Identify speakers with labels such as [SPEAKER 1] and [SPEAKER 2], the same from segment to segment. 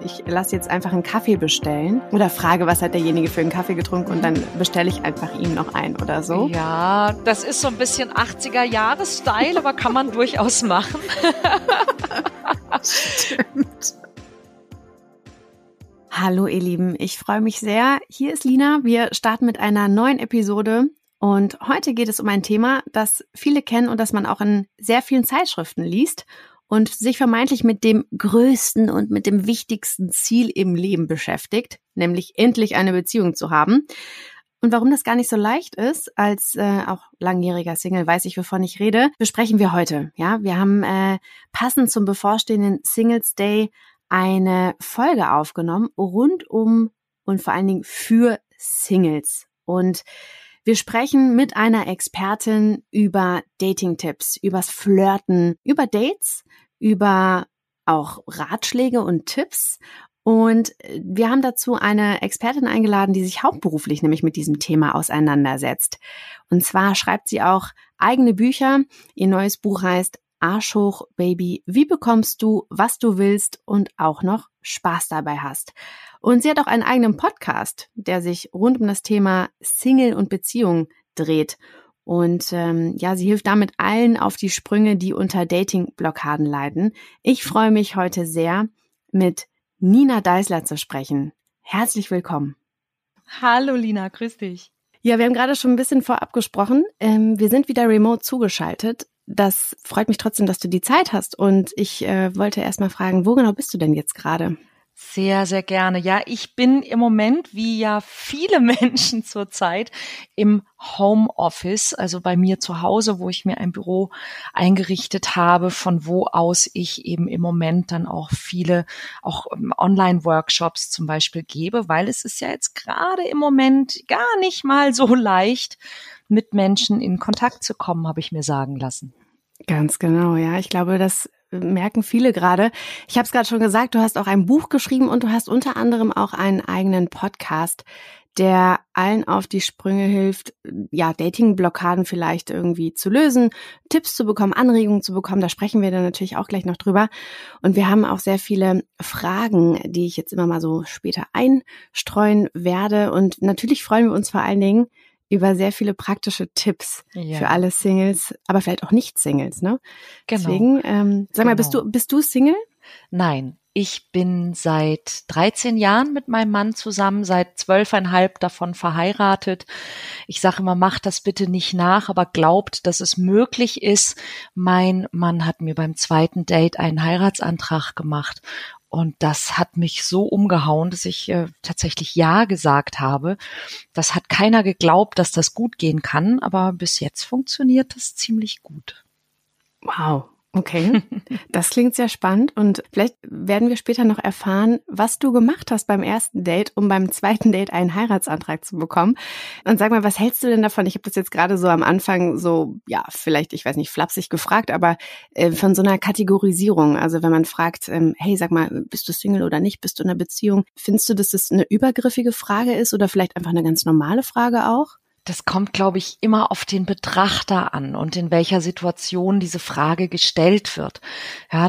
[SPEAKER 1] ich lasse jetzt einfach einen Kaffee bestellen oder frage, was hat derjenige für einen Kaffee getrunken und dann bestelle ich einfach ihm noch einen oder so.
[SPEAKER 2] Ja, das ist so ein bisschen 80er-Jahres-Style, aber kann man durchaus machen.
[SPEAKER 1] Stimmt. Hallo ihr Lieben, ich freue mich sehr. Hier ist Lina, wir starten mit einer neuen Episode und heute geht es um ein Thema, das viele kennen und das man auch in sehr vielen Zeitschriften liest und sich vermeintlich mit dem größten und mit dem wichtigsten Ziel im Leben beschäftigt, nämlich endlich eine Beziehung zu haben. Und warum das gar nicht so leicht ist, als auch langjähriger Single weiß ich, wovon ich rede, besprechen wir heute. Ja, wir haben passend zum bevorstehenden Singles Day eine Folge aufgenommen rund um und vor allen Dingen für Singles. Und wir sprechen mit einer Expertin über Dating-Tipps, übers Flirten, über Dates, über auch Ratschläge und Tipps. Und wir haben dazu eine Expertin eingeladen, die sich hauptberuflich nämlich mit diesem Thema auseinandersetzt. Und zwar schreibt sie auch eigene Bücher. Ihr neues Buch heißt Arsch hoch, Baby, wie bekommst du, was du willst und auch noch Spaß dabei hast. Und sie hat auch einen eigenen Podcast, der sich rund um das Thema Single und Beziehung dreht. Und sie hilft damit allen auf die Sprünge, die unter Dating-Blockaden leiden. Ich freue mich heute sehr, mit Nina Deisler zu sprechen. Herzlich willkommen.
[SPEAKER 2] Hallo Lina, grüß dich.
[SPEAKER 1] Ja, wir haben gerade schon ein bisschen vorab gesprochen. Wir sind wieder remote zugeschaltet. Das freut mich trotzdem, dass du die Zeit hast. Und ich wollte erst mal fragen, wo genau bist du denn jetzt gerade?
[SPEAKER 2] Sehr, sehr gerne. Ja, ich bin im Moment, wie ja viele Menschen zurzeit, im Homeoffice, also bei mir zu Hause, wo ich mir ein Büro eingerichtet habe, von wo aus ich eben im Moment dann auch viele auch Online-Workshops zum Beispiel gebe, weil es ist ja jetzt gerade im Moment gar nicht mal so leicht, mit Menschen in Kontakt zu kommen, habe ich mir sagen lassen.
[SPEAKER 1] Ganz genau, ja. Ich glaube, das merken viele gerade. Ich habe es gerade schon gesagt, du hast auch ein Buch geschrieben und du hast unter anderem auch einen eigenen Podcast, der allen auf die Sprünge hilft, ja, Dating-Blockaden vielleicht irgendwie zu lösen, Tipps zu bekommen, Anregungen zu bekommen. Da sprechen wir dann natürlich auch gleich noch drüber. Und wir haben auch sehr viele Fragen, die ich jetzt immer mal so später einstreuen werde. Und natürlich freuen wir uns vor allen Dingen über sehr viele praktische Tipps für alle Singles, aber vielleicht auch Nicht-Singles, ne?
[SPEAKER 2] Genau.
[SPEAKER 1] Deswegen, sag mal, bist du Single?
[SPEAKER 2] Nein, ich bin seit 13 Jahren mit meinem Mann zusammen, seit 12,5 davon verheiratet. Ich sage immer, macht das bitte nicht nach, aber glaubt, dass es möglich ist. Mein Mann hat mir beim zweiten Date einen Heiratsantrag gemacht. Und das hat mich so umgehauen, dass ich tatsächlich Ja gesagt habe. Das hat keiner geglaubt, dass das gut gehen kann, aber bis jetzt funktioniert das ziemlich gut.
[SPEAKER 1] Wow, okay. Das klingt sehr spannend und vielleicht werden wir später noch erfahren, was du gemacht hast beim ersten Date, um beim zweiten Date einen Heiratsantrag zu bekommen. Und sag mal, was hältst du denn davon? Ich habe das jetzt gerade so am Anfang so, ja, vielleicht, ich weiß nicht, flapsig gefragt, aber von so einer Kategorisierung. Also wenn man fragt, hey, sag mal, bist du Single oder nicht? Bist du in einer Beziehung? Findest du, dass das eine übergriffige Frage ist oder vielleicht einfach eine ganz normale Frage auch?
[SPEAKER 2] Das kommt, glaube ich, immer auf den Betrachter an und in welcher Situation diese Frage gestellt wird. Ja,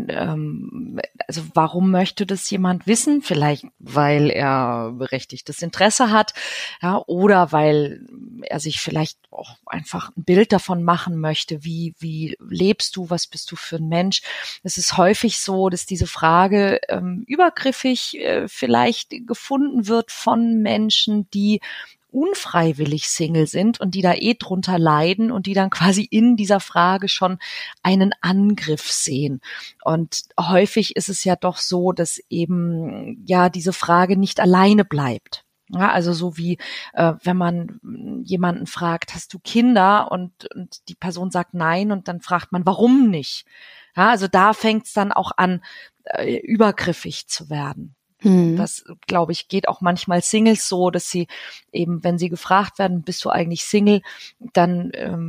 [SPEAKER 2] denn also warum möchte das jemand wissen? Vielleicht, weil er berechtigtes Interesse hat, ja, oder weil er sich vielleicht auch einfach ein Bild davon machen möchte, wie lebst du, was bist du für ein Mensch? Es ist häufig so, dass diese Frage übergriffig vielleicht gefunden wird von Menschen, die unfreiwillig Single sind und die da drunter leiden und die dann quasi in dieser Frage schon einen Angriff sehen. Und häufig ist es ja doch so, dass eben ja diese Frage nicht alleine bleibt. Ja, also so wie wenn man jemanden fragt, hast du Kinder? Und die Person sagt nein und dann fragt man, warum nicht? Ja, also da fängt es dann auch an, übergriffig zu werden. Das, glaube ich, geht auch manchmal Singles so, dass sie eben, wenn sie gefragt werden, bist du eigentlich Single, dann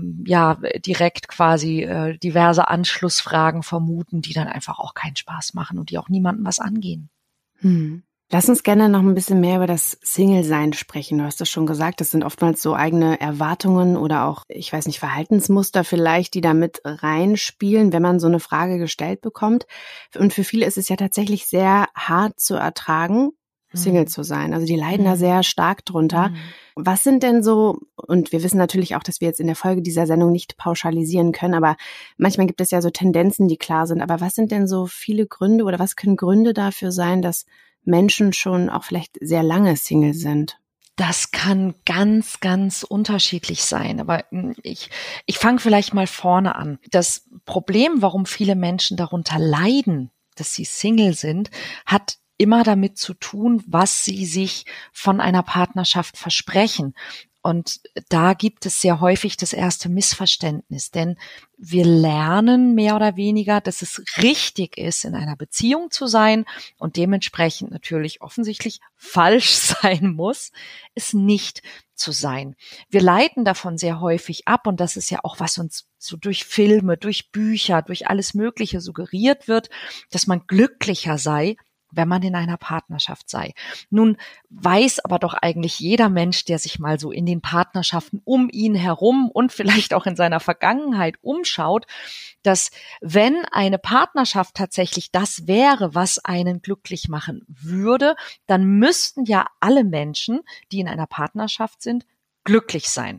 [SPEAKER 2] direkt quasi diverse Anschlussfragen vermuten, die dann einfach auch keinen Spaß machen und die auch niemandem was angehen.
[SPEAKER 1] Lass uns gerne noch ein bisschen mehr über das Single-Sein sprechen. Du hast das schon gesagt, das sind oftmals so eigene Erwartungen oder auch, ich weiß nicht, Verhaltensmuster vielleicht, die da mit reinspielen, wenn man so eine Frage gestellt bekommt. Und für viele ist es ja tatsächlich sehr hart zu ertragen, Single zu sein. Also die leiden da sehr stark drunter. Was sind denn so, und wir wissen natürlich auch, dass wir jetzt in der Folge dieser Sendung nicht pauschalisieren können, aber manchmal gibt es ja so Tendenzen, die klar sind. Aber was sind denn so viele Gründe oder was können Gründe dafür sein, dass Menschen schon auch vielleicht sehr lange Single sind?
[SPEAKER 2] Das kann ganz, ganz unterschiedlich sein. Aber ich fange vielleicht mal vorne an. Das Problem, warum viele Menschen darunter leiden, dass sie Single sind, hat immer damit zu tun, was sie sich von einer Partnerschaft versprechen. Und da gibt es sehr häufig das erste Missverständnis, denn wir lernen mehr oder weniger, dass es richtig ist, in einer Beziehung zu sein und dementsprechend natürlich offensichtlich falsch sein muss, es nicht zu sein. Wir leiten davon sehr häufig ab und das ist ja auch, was uns so durch Filme, durch Bücher, durch alles Mögliche suggeriert wird, dass man glücklicher sei, wenn man in einer Partnerschaft sei. Nun weiß aber doch eigentlich jeder Mensch, der sich mal so in den Partnerschaften um ihn herum und vielleicht auch in seiner Vergangenheit umschaut, dass wenn eine Partnerschaft tatsächlich das wäre, was einen glücklich machen würde, dann müssten ja alle Menschen, die in einer Partnerschaft sind, glücklich sein.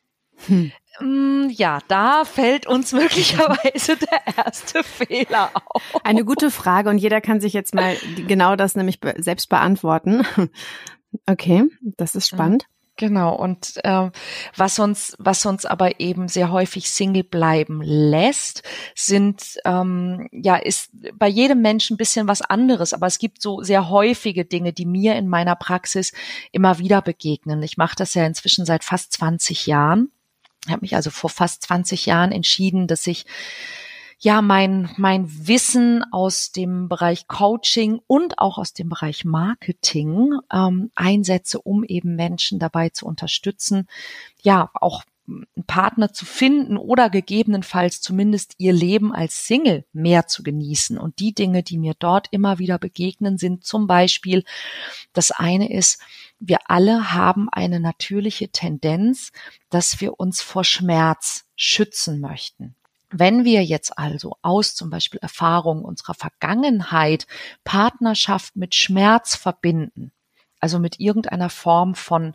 [SPEAKER 2] Ja, da fällt uns möglicherweise der erste Fehler auf.
[SPEAKER 1] Eine gute Frage und jeder kann sich jetzt mal genau das nämlich selbst beantworten. Okay, das ist spannend.
[SPEAKER 2] Genau, und was uns aber eben sehr häufig Single bleiben lässt, ist bei jedem Menschen ein bisschen was anderes, aber es gibt so sehr häufige Dinge, die mir in meiner Praxis immer wieder begegnen. Ich mache das ja inzwischen seit fast 20 Jahren. Ich habe mich also vor fast 20 Jahren entschieden, dass ich mein Wissen aus dem Bereich Coaching und auch aus dem Bereich Marketing einsetze, um eben Menschen dabei zu unterstützen, auch einen Partner zu finden oder gegebenenfalls zumindest ihr Leben als Single mehr zu genießen. Und die Dinge, die mir dort immer wieder begegnen, sind zum Beispiel, das eine ist, wir alle haben eine natürliche Tendenz, dass wir uns vor Schmerz schützen möchten. Wenn wir jetzt also aus zum Beispiel Erfahrungen unserer Vergangenheit Partnerschaft mit Schmerz verbinden, also mit irgendeiner Form von,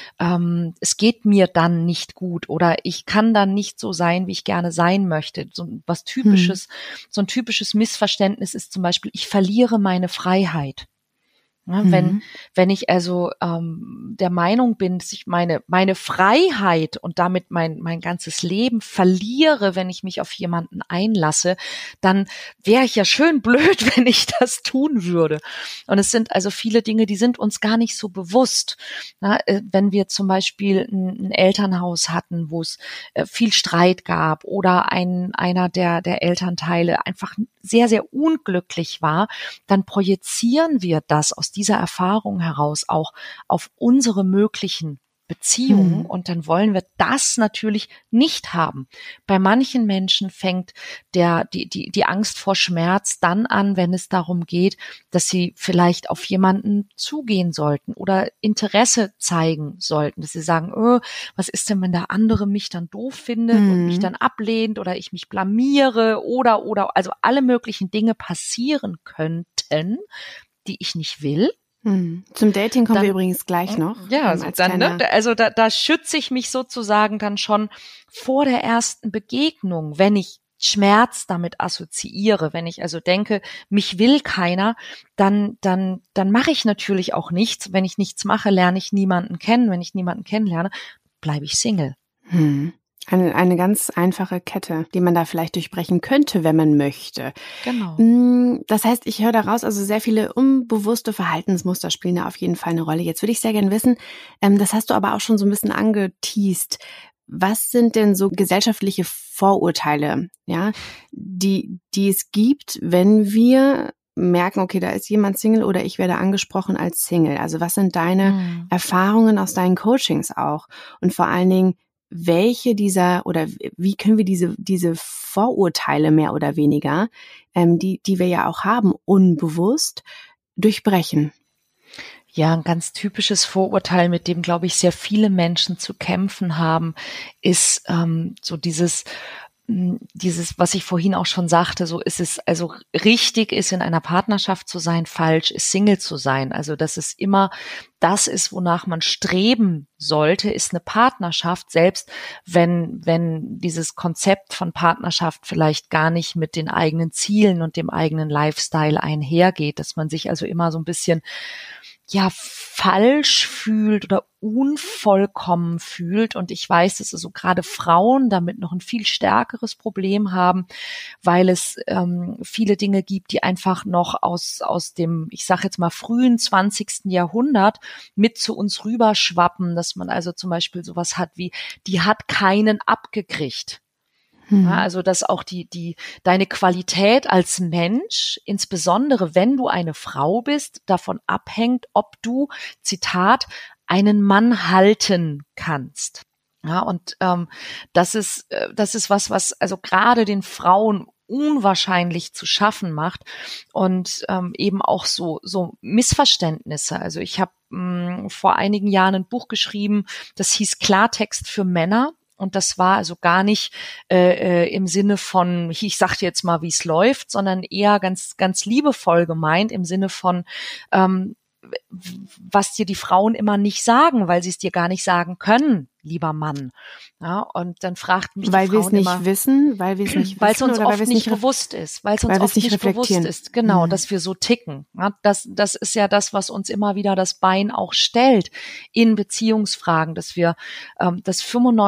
[SPEAKER 2] es geht mir dann nicht gut oder ich kann dann nicht so sein, wie ich gerne sein möchte. So ein typisches Missverständnis ist zum Beispiel, ich verliere meine Freiheit. Ja, wenn ich also der Meinung bin, dass ich meine Freiheit und damit mein ganzes Leben verliere, wenn ich mich auf jemanden einlasse, dann wäre ich ja schön blöd, wenn ich das tun würde. Und es sind also viele Dinge, die sind uns gar nicht so bewusst. Na, wenn wir zum Beispiel ein Elternhaus hatten, wo es viel Streit gab oder einer der Elternteile einfach sehr, sehr unglücklich war, dann projizieren wir das aus dieser Erfahrung heraus auch auf unsere möglichen Beziehungen und dann wollen wir das natürlich nicht haben. Bei manchen Menschen fängt die Angst vor Schmerz dann an, wenn es darum geht, dass sie vielleicht auf jemanden zugehen sollten oder Interesse zeigen sollten, dass sie sagen, was ist denn, wenn der andere mich dann doof findet und mich dann ablehnt oder ich mich blamiere oder also alle möglichen Dinge passieren könnten, die ich nicht will.
[SPEAKER 1] Zum Dating kommen wir übrigens gleich noch.
[SPEAKER 2] Ja, da schütze ich mich sozusagen dann schon vor der ersten Begegnung, wenn ich Schmerz damit assoziiere, wenn ich also denke, mich will keiner, dann mache ich natürlich auch nichts. Wenn ich nichts mache, lerne ich niemanden kennen. Wenn ich niemanden kennenlerne, bleibe ich Single.
[SPEAKER 1] Eine ganz einfache Kette, die man da vielleicht durchbrechen könnte, wenn man möchte.
[SPEAKER 2] Genau.
[SPEAKER 1] Das heißt, ich höre daraus, also sehr viele unbewusste Verhaltensmuster spielen da auf jeden Fall eine Rolle. Jetzt würde ich sehr gern wissen, das hast du aber auch schon so ein bisschen angeteast. Was sind denn so gesellschaftliche Vorurteile, ja, die es gibt, wenn wir merken, okay, da ist jemand Single oder ich werde angesprochen als Single? Also was sind deine Erfahrungen aus deinen Coachings auch? Und vor allen Dingen, welche dieser oder wie können wir diese Vorurteile mehr oder weniger, die wir ja auch haben, unbewusst durchbrechen?
[SPEAKER 2] Ja, ein ganz typisches Vorurteil, mit dem, glaube ich, sehr viele Menschen zu kämpfen haben, ist so dieses, was ich vorhin auch schon sagte, so ist es, also richtig ist, in einer Partnerschaft zu sein, falsch ist, Single zu sein. Also, dass es immer das ist, wonach man streben sollte, ist eine Partnerschaft, selbst wenn dieses Konzept von Partnerschaft vielleicht gar nicht mit den eigenen Zielen und dem eigenen Lifestyle einhergeht, dass man sich also immer so ein bisschen falsch fühlt oder unvollkommen fühlt. Und ich weiß, dass also gerade Frauen damit noch ein viel stärkeres Problem haben, weil es viele Dinge gibt, die einfach noch aus dem, ich sage jetzt mal, frühen 20. Jahrhundert mit zu uns rüberschwappen, dass man also zum Beispiel sowas hat wie, die hat keinen abgekriegt. Ja, also dass auch deine Qualität als Mensch, insbesondere wenn du eine Frau bist, davon abhängt, ob du, Zitat, einen Mann halten kannst. Ja, und das ist was also gerade den Frauen unwahrscheinlich zu schaffen macht und eben auch so Missverständnisse. Also ich habe vor einigen Jahren ein Buch geschrieben, das hieß Klartext für Männer. Und das war also gar nicht im Sinne von, ich sag dir jetzt mal, wie es läuft, sondern eher ganz, ganz liebevoll gemeint im Sinne von, was dir die Frauen immer nicht sagen, weil sie es dir gar nicht sagen können, lieber Mann. Ja, und dann fragt mich
[SPEAKER 1] weil
[SPEAKER 2] die Frauen immer,
[SPEAKER 1] weil wir es nicht wissen,
[SPEAKER 2] weil es uns
[SPEAKER 1] oder
[SPEAKER 2] oft nicht bewusst ist, weil es uns oft nicht bewusst ist, genau, dass wir so ticken. Ja, das ist ja das, was uns immer wieder das Bein auch stellt in Beziehungsfragen, dass wir, dass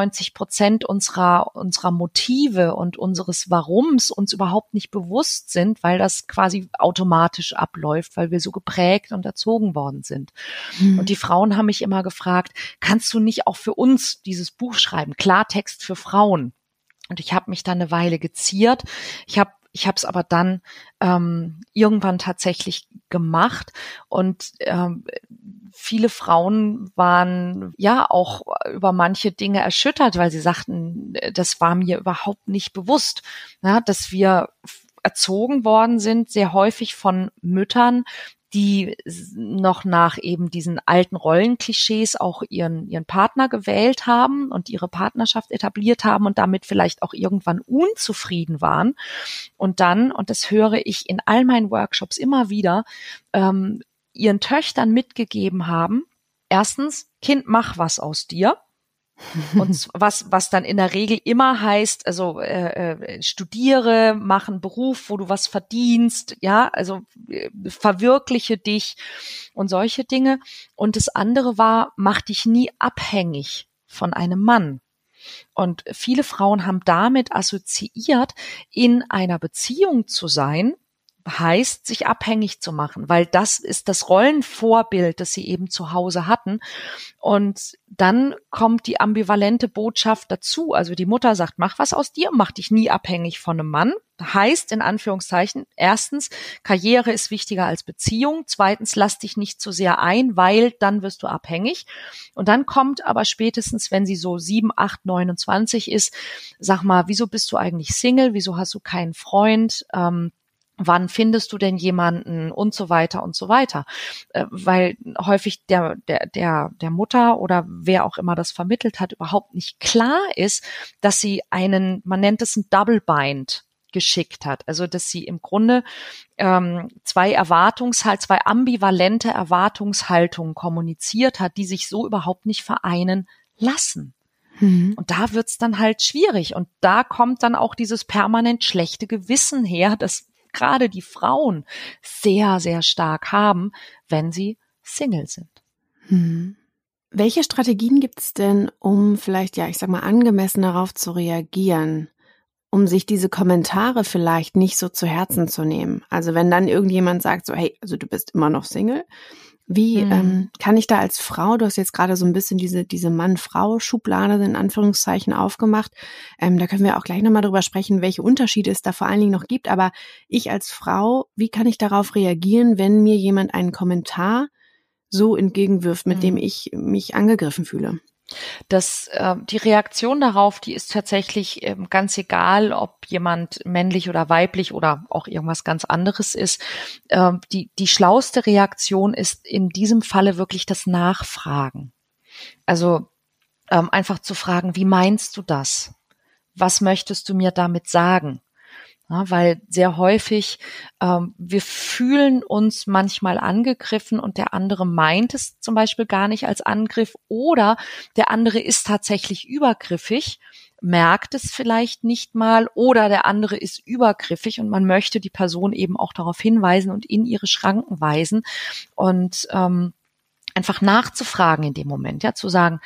[SPEAKER 2] 95% unserer Motive und unseres Warums uns überhaupt nicht bewusst sind, weil das quasi automatisch abläuft, weil wir so geprägt und erzogen worden sind. Und die Frauen haben mich immer gefragt, kannst du nicht auch für uns dieses Buch schreiben, Klartext für Frauen? Und ich habe mich dann eine Weile geziert. Ich habe es aber dann irgendwann tatsächlich gemacht und viele Frauen waren ja auch über manche Dinge erschüttert, weil sie sagten, das war mir überhaupt nicht bewusst, ja, dass wir erzogen worden sind, sehr häufig von Müttern, die noch nach eben diesen alten Rollenklischees auch ihren Partner gewählt haben und ihre Partnerschaft etabliert haben und damit vielleicht auch irgendwann unzufrieden waren. Und dann, und das höre ich in all meinen Workshops immer wieder, ihren Töchtern mitgegeben haben, erstens, Kind, mach was aus dir. Und was dann in der Regel immer heißt, also studiere, mach einen Beruf, wo du was verdienst, ja, also verwirkliche dich und solche Dinge. Und das andere war, mach dich nie abhängig von einem Mann. Und viele Frauen haben damit assoziiert, in einer Beziehung zu sein, heißt, sich abhängig zu machen, weil das ist das Rollenvorbild, das sie eben zu Hause hatten. Und dann kommt die ambivalente Botschaft dazu. Also die Mutter sagt, mach was aus dir, mach dich nie abhängig von einem Mann. Heißt, in Anführungszeichen, erstens, Karriere ist wichtiger als Beziehung. Zweitens, lass dich nicht zu sehr ein, weil dann wirst du abhängig. Und dann kommt aber spätestens, wenn sie so 7, 8, 29 ist, sag mal, wieso bist du eigentlich Single? Wieso hast du keinen Freund? Wann findest du denn jemanden und so weiter und so weiter? Weil häufig der Mutter oder wer auch immer das vermittelt hat, überhaupt nicht klar ist, dass sie man nennt es ein Double Bind geschickt hat. Also, dass sie im Grunde zwei ambivalente Erwartungshaltungen kommuniziert hat, die sich so überhaupt nicht vereinen lassen. Und da wird's dann halt schwierig. Und da kommt dann auch dieses permanent schlechte Gewissen her, dass gerade die Frauen sehr, sehr stark haben, wenn sie Single sind.
[SPEAKER 1] Welche Strategien gibt es denn, um vielleicht, ich sag mal, angemessen darauf zu reagieren, um sich diese Kommentare vielleicht nicht so zu Herzen zu nehmen? Also wenn dann irgendjemand sagt so, hey, also du bist immer noch Single, wie kann ich da als Frau, du hast jetzt gerade so ein bisschen diese Mann-Frau-Schublade in Anführungszeichen aufgemacht, da können wir auch gleich nochmal drüber sprechen, welche Unterschiede es da vor allen Dingen noch gibt, aber ich als Frau, wie kann ich darauf reagieren, wenn mir jemand einen Kommentar so entgegenwirft, mit dem ich mich angegriffen fühle?
[SPEAKER 2] Die Reaktion darauf, die ist tatsächlich ganz egal, ob jemand männlich oder weiblich oder auch irgendwas ganz anderes ist. Die schlauste Reaktion ist in diesem Falle wirklich das Nachfragen. Also einfach zu fragen, wie meinst du das? Was möchtest du mir damit sagen? Ja, weil sehr häufig, wir fühlen uns manchmal angegriffen und der andere meint es zum Beispiel gar nicht als Angriff oder der andere ist tatsächlich übergriffig, merkt es vielleicht nicht mal oder der andere ist übergriffig und man möchte die Person eben auch darauf hinweisen und in ihre Schranken weisen und einfach nachzufragen in dem Moment, ja, zu sagen,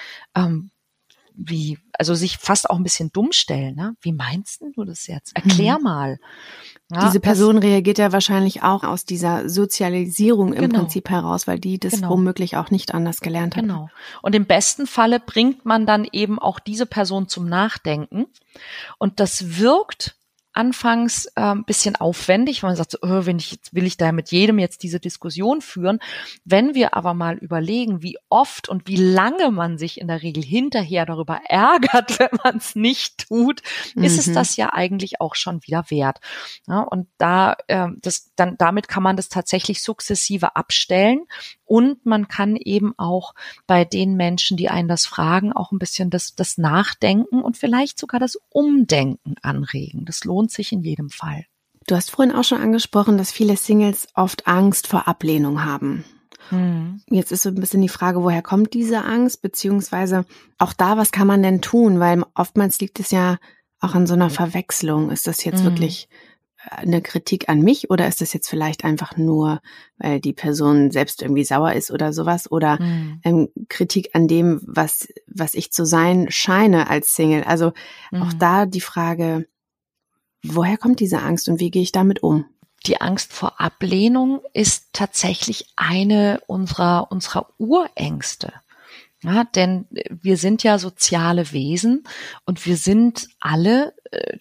[SPEAKER 2] also sich fast auch ein bisschen dumm stellen, ne? Wie meinst du das jetzt? Erklär mal. Ja,
[SPEAKER 1] diese Person reagiert ja wahrscheinlich auch aus dieser Sozialisierung im Prinzip heraus, weil die das womöglich auch nicht anders gelernt hat.
[SPEAKER 2] Genau. Und im besten Falle bringt man dann eben auch diese Person zum Nachdenken. Und das wirkt anfangs ein bisschen aufwendig, weil man sagt, so, will ich da mit jedem jetzt diese Diskussion führen. Wenn wir aber mal überlegen, wie oft und wie lange man sich in der Regel hinterher darüber ärgert, wenn man es nicht tut, ist es das ja eigentlich auch schon wieder wert. Ja, und damit kann man das tatsächlich sukzessive abstellen. Und man kann eben auch bei den Menschen, die einen das fragen, auch ein bisschen das Nachdenken und vielleicht sogar das Umdenken anregen. Das lohnt sich in jedem Fall.
[SPEAKER 1] Du hast vorhin auch schon angesprochen, dass viele Singles oft Angst vor Ablehnung haben. Jetzt ist so ein bisschen die Frage, woher kommt diese Angst? Beziehungsweise auch da, was kann man denn tun? Weil oftmals liegt es ja auch an so einer Verwechslung. Ist das jetzt wirklich eine Kritik an mich oder ist das jetzt vielleicht einfach nur, weil die Person selbst irgendwie sauer ist oder sowas oder Kritik an dem, was ich zu sein scheine als Single? Also auch da die Frage, woher kommt diese Angst und wie gehe ich damit um?
[SPEAKER 2] Die Angst vor Ablehnung ist tatsächlich eine unserer Urängste. Ja, denn wir sind ja soziale Wesen und wir sind alle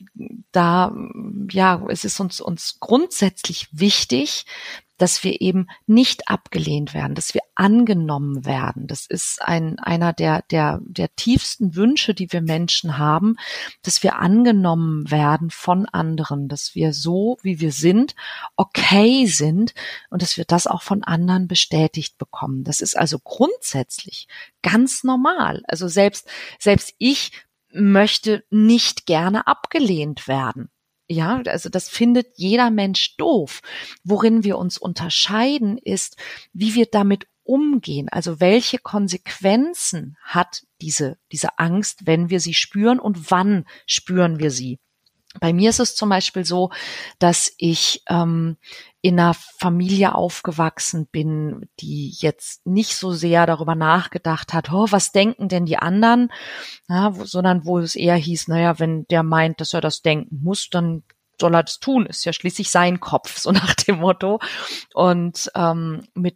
[SPEAKER 2] es ist uns grundsätzlich wichtig, dass wir eben nicht abgelehnt werden, dass wir angenommen werden. Das ist einer der tiefsten Wünsche, die wir Menschen haben, dass wir angenommen werden von anderen, dass wir so, wie wir sind, okay sind und dass wir das auch von anderen bestätigt bekommen. Das ist also grundsätzlich ganz normal. Also selbst ich möchte nicht gerne abgelehnt werden. Ja, also das findet jeder Mensch doof. Worin wir uns unterscheiden, ist, wie wir damit umgehen. Also welche Konsequenzen hat diese Angst, wenn wir sie spüren und wann spüren wir sie? Bei mir ist es zum Beispiel so, dass ich in einer Familie aufgewachsen bin, die jetzt nicht so sehr darüber nachgedacht hat, was denken denn die anderen, ja, sondern wo es eher hieß, naja, wenn der meint, dass er das denken muss, dann soll er das tun, ist ja schließlich sein Kopf, so nach dem Motto. Und mit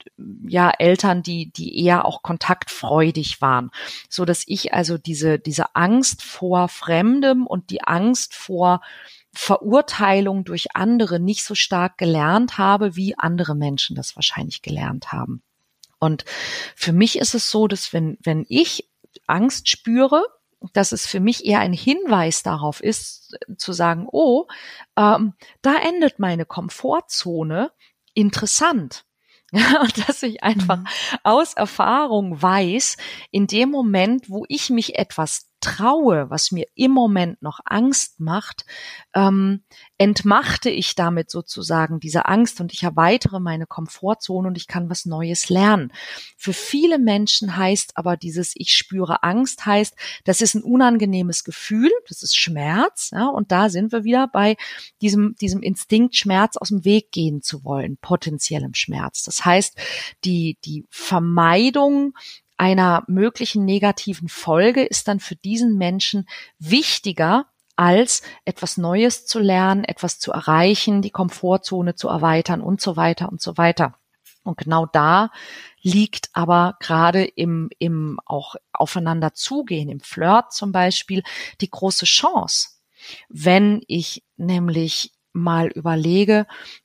[SPEAKER 2] Eltern, die eher auch kontaktfreudig waren, so dass ich also diese Angst vor Fremdem und die Angst vor Verurteilung durch andere nicht so stark gelernt habe, wie andere Menschen das wahrscheinlich gelernt haben. Und für mich ist es so, dass wenn ich Angst spüre, dass es für mich eher ein Hinweis darauf ist, zu sagen, da endet meine Komfortzone, interessant. Ja, und dass ich einfach aus Erfahrung weiß, in dem Moment, wo ich mich etwas traue, was mir im Moment noch Angst macht, entmachte ich damit sozusagen diese Angst und ich erweitere meine Komfortzone und ich kann was Neues lernen. Für viele Menschen heißt aber dieses ich spüre Angst, heißt, das ist ein unangenehmes Gefühl, das ist Schmerz, ja, und da sind wir wieder bei diesem Instinkt, Schmerz aus dem Weg gehen zu wollen, potenziellem Schmerz. Das heißt, die Vermeidung einer möglichen negativen Folge ist dann für diesen Menschen wichtiger, als etwas Neues zu lernen, etwas zu erreichen, die Komfortzone zu erweitern und so weiter und so weiter. Und genau da liegt aber gerade im auch aufeinander zugehen, im Flirt zum Beispiel, die große Chance. Wenn ich nämlich mal überlege,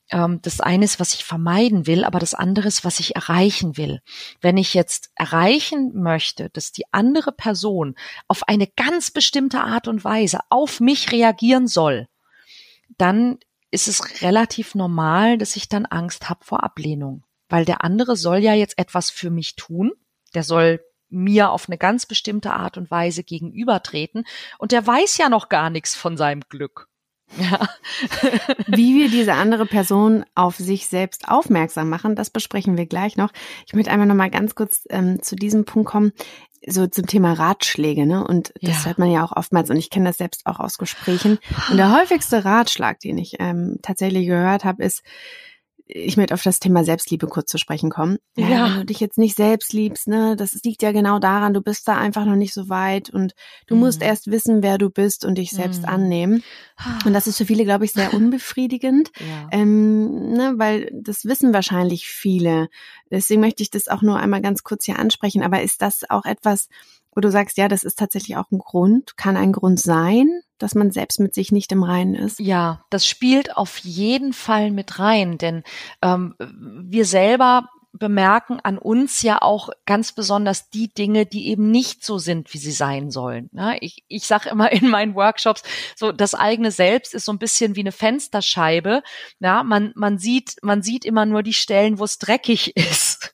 [SPEAKER 2] Das eine ist, was ich vermeiden will, aber das andere ist, was ich erreichen will. Wenn ich jetzt erreichen möchte, dass die andere Person auf eine ganz bestimmte Art und Weise auf mich reagieren soll, dann ist es relativ normal, dass ich dann Angst habe vor Ablehnung. Weil der andere soll ja jetzt etwas für mich tun, der soll mir auf eine ganz bestimmte Art und Weise gegenübertreten und der weiß ja noch gar nichts von seinem Glück. Ja.
[SPEAKER 1] Wie wir diese andere Person auf sich selbst aufmerksam machen, das besprechen wir gleich noch. Ich möchte einmal noch mal ganz kurz zu diesem Punkt kommen, so zum Thema Ratschläge, ne? Und das hört man ja auch oftmals und ich kenne das selbst auch aus Gesprächen. Und der häufigste Ratschlag, den ich tatsächlich gehört habe, ist, ich möchte auf das Thema Selbstliebe kurz zu sprechen kommen. Ja, wenn du dich jetzt nicht selbst liebst, ne, das liegt ja genau daran, du bist da einfach noch nicht so weit und du musst erst wissen, wer du bist und dich selbst annehmen. Und das ist für viele, glaube ich, sehr unbefriedigend, ne, weil das wissen wahrscheinlich viele. Deswegen möchte ich das auch nur einmal ganz kurz hier ansprechen. Aber ist das auch etwas, wo du sagst, ja, das ist tatsächlich auch ein Grund, kann ein Grund sein, dass man selbst mit sich nicht im Reinen ist?
[SPEAKER 2] Ja, das spielt auf jeden Fall mit rein, denn wir selber bemerken an uns ja auch ganz besonders die Dinge, die eben nicht so sind, wie sie sein sollen. Ja, ich sage immer in meinen Workshops, so das eigene Selbst ist so ein bisschen wie eine Fensterscheibe. Ja, man sieht immer nur die Stellen, wo es dreckig ist.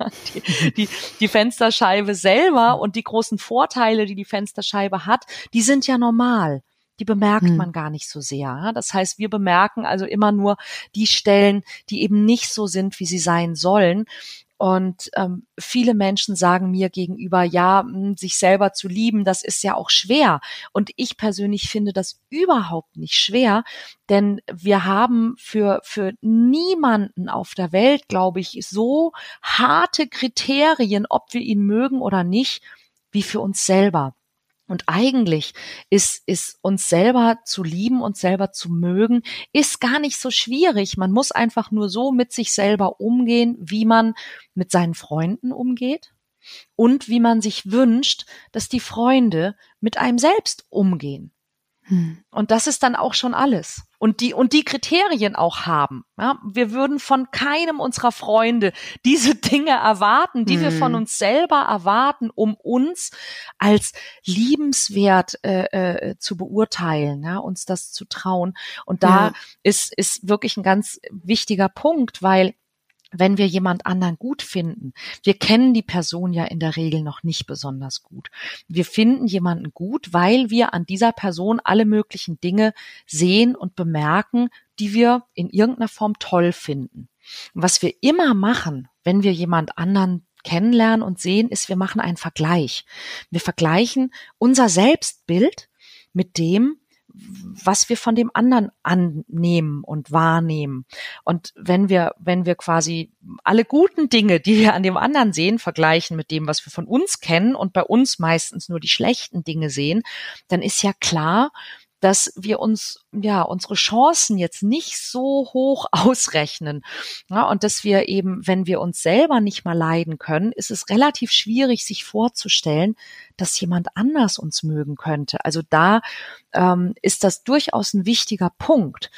[SPEAKER 2] Die Fensterscheibe selber und die großen Vorteile, die Fensterscheibe hat, die sind ja normal. Die bemerkt man gar nicht so sehr. Das heißt, wir bemerken also immer nur die Stellen, die eben nicht so sind, wie sie sein sollen. Und viele Menschen sagen mir gegenüber, ja, sich selber zu lieben, das ist ja auch schwer. Und ich persönlich finde das überhaupt nicht schwer, denn wir haben für niemanden auf der Welt, glaube ich, so harte Kriterien, ob wir ihn mögen oder nicht, wie für uns selber. Und eigentlich ist uns selber zu lieben, uns selber zu mögen, ist gar nicht so schwierig. Man muss einfach nur so mit sich selber umgehen, wie man mit seinen Freunden umgeht und wie man sich wünscht, dass die Freunde mit einem selbst umgehen. Und das ist dann auch schon alles. Und die Kriterien auch haben. Ja, wir würden von keinem unserer Freunde diese Dinge erwarten, die wir von uns selber erwarten, um uns als liebenswert zu beurteilen, ja, uns das zu trauen. Und da ist wirklich ein ganz wichtiger Punkt, weil wenn wir jemand anderen gut finden, wir kennen die Person ja in der Regel noch nicht besonders gut. Wir finden jemanden gut, weil wir an dieser Person alle möglichen Dinge sehen und bemerken, die wir in irgendeiner Form toll finden. Und was wir immer machen, wenn wir jemand anderen kennenlernen und sehen, ist, wir machen einen Vergleich. Wir vergleichen unser Selbstbild mit dem, was wir von dem anderen annehmen und wahrnehmen. Und wenn wir quasi alle guten Dinge, die wir an dem anderen sehen, vergleichen mit dem, was wir von uns kennen und bei uns meistens nur die schlechten Dinge sehen, dann ist ja klar, dass wir uns unsere Chancen jetzt nicht so hoch ausrechnen. Ja, und dass wir eben, wenn wir uns selber nicht mal leiden können, ist es relativ schwierig, sich vorzustellen, dass jemand anders uns mögen könnte. Also da ist das durchaus ein wichtiger Punkt,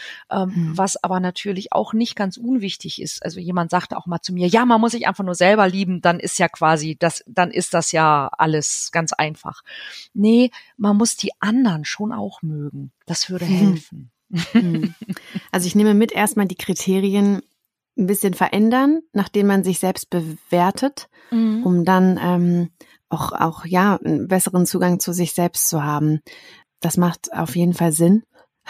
[SPEAKER 2] was aber natürlich auch nicht ganz unwichtig ist. Also jemand sagte auch mal zu mir, ja, man muss sich einfach nur selber lieben, dann ist ja quasi dann ist das ja alles ganz einfach. Nee, man muss die anderen schon auch mögen. Das würde helfen.
[SPEAKER 1] Also ich nehme mit, erstmal die Kriterien ein bisschen verändern, nachdem man sich selbst bewertet, um dann auch einen besseren Zugang zu sich selbst zu haben. Das macht auf jeden Fall Sinn.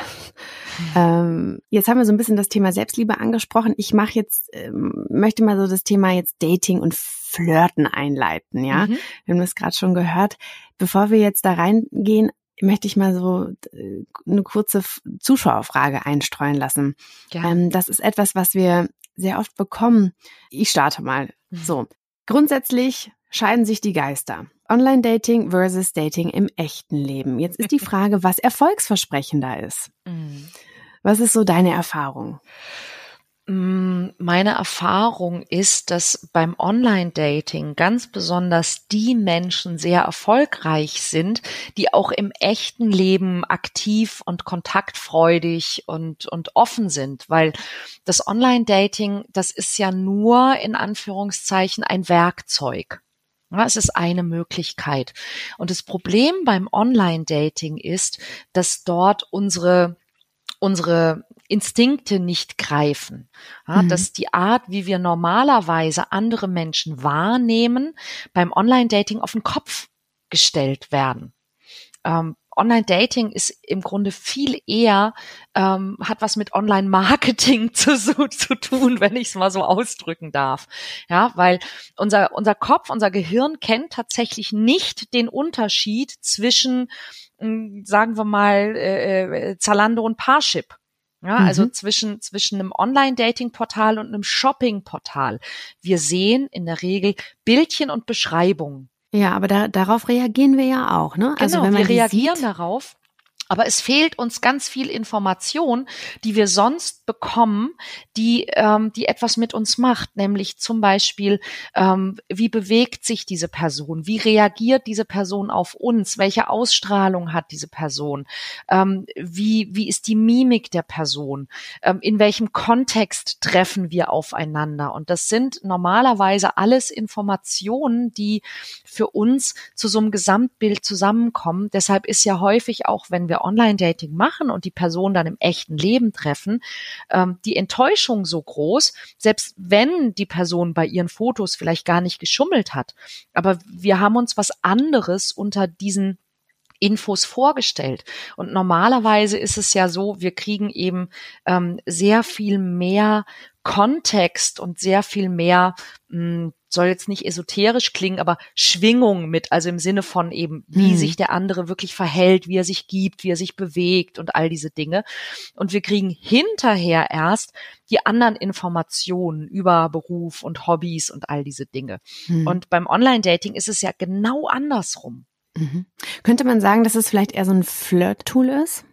[SPEAKER 1] Jetzt haben wir so ein bisschen das Thema Selbstliebe angesprochen. Ich möchte mal so das Thema jetzt Dating und Flirten einleiten, ja. Wir haben das gerade schon gehört. Bevor wir jetzt da reingehen, möchte ich mal so eine kurze Zuschauerfrage einstreuen lassen. Ja. Das ist etwas, was wir sehr oft bekommen. Ich starte mal. So, grundsätzlich scheiden sich die Geister. Online-Dating versus Dating im echten Leben. Jetzt ist die Frage, was erfolgsversprechender ist. Was ist so deine Erfahrung?
[SPEAKER 2] Meine Erfahrung ist, dass beim Online-Dating ganz besonders die Menschen sehr erfolgreich sind, die auch im echten Leben aktiv und kontaktfreudig und offen sind, weil das Online-Dating, das ist ja nur in Anführungszeichen ein Werkzeug. Ja, es ist eine Möglichkeit. Und das Problem beim Online-Dating ist, dass dort unsere Instinkte nicht greifen. Ja, dass die Art, wie wir normalerweise andere Menschen wahrnehmen, beim Online-Dating auf den Kopf gestellt werden. Online-Dating ist im Grunde viel eher, hat was mit Online-Marketing zu tun, wenn ich es mal so ausdrücken darf. Ja, weil unser Kopf, unser Gehirn kennt tatsächlich nicht den Unterschied zwischen, sagen wir mal, Zalando und Parship. Ja, also zwischen einem Online-Dating-Portal und einem Shopping-Portal. Wir sehen in der Regel Bildchen und Beschreibungen.
[SPEAKER 1] Ja, aber darauf reagieren wir ja auch, ne?
[SPEAKER 2] Genau,
[SPEAKER 1] also wenn man
[SPEAKER 2] wir reagieren darauf. Aber es fehlt uns ganz viel Information, die wir sonst bekommen, die etwas mit uns macht, nämlich zum Beispiel, wie bewegt sich diese Person, wie reagiert diese Person auf uns, welche Ausstrahlung hat diese Person, wie ist die Mimik der Person, in welchem Kontext treffen wir aufeinander. Und das sind normalerweise alles Informationen, die für uns zu so einem Gesamtbild zusammenkommen. Deshalb ist ja häufig auch, wenn wir Online-Dating machen und die Person dann im echten Leben treffen, die Enttäuschung so groß, selbst wenn die Person bei ihren Fotos vielleicht gar nicht geschummelt hat. Aber wir haben uns was anderes unter diesen Infos vorgestellt. Und normalerweise ist es ja so, wir kriegen eben sehr viel mehr Kontext und sehr viel mehr, soll jetzt nicht esoterisch klingen, aber Schwingung mit, also im Sinne von eben, wie sich der andere wirklich verhält, wie er sich gibt, wie er sich bewegt und all diese Dinge. Und wir kriegen hinterher erst die anderen Informationen über Beruf und Hobbys und all diese Dinge. Und beim Online-Dating ist es ja genau andersrum.
[SPEAKER 1] Könnte man sagen, dass es vielleicht eher so ein Flirt-Tool ist?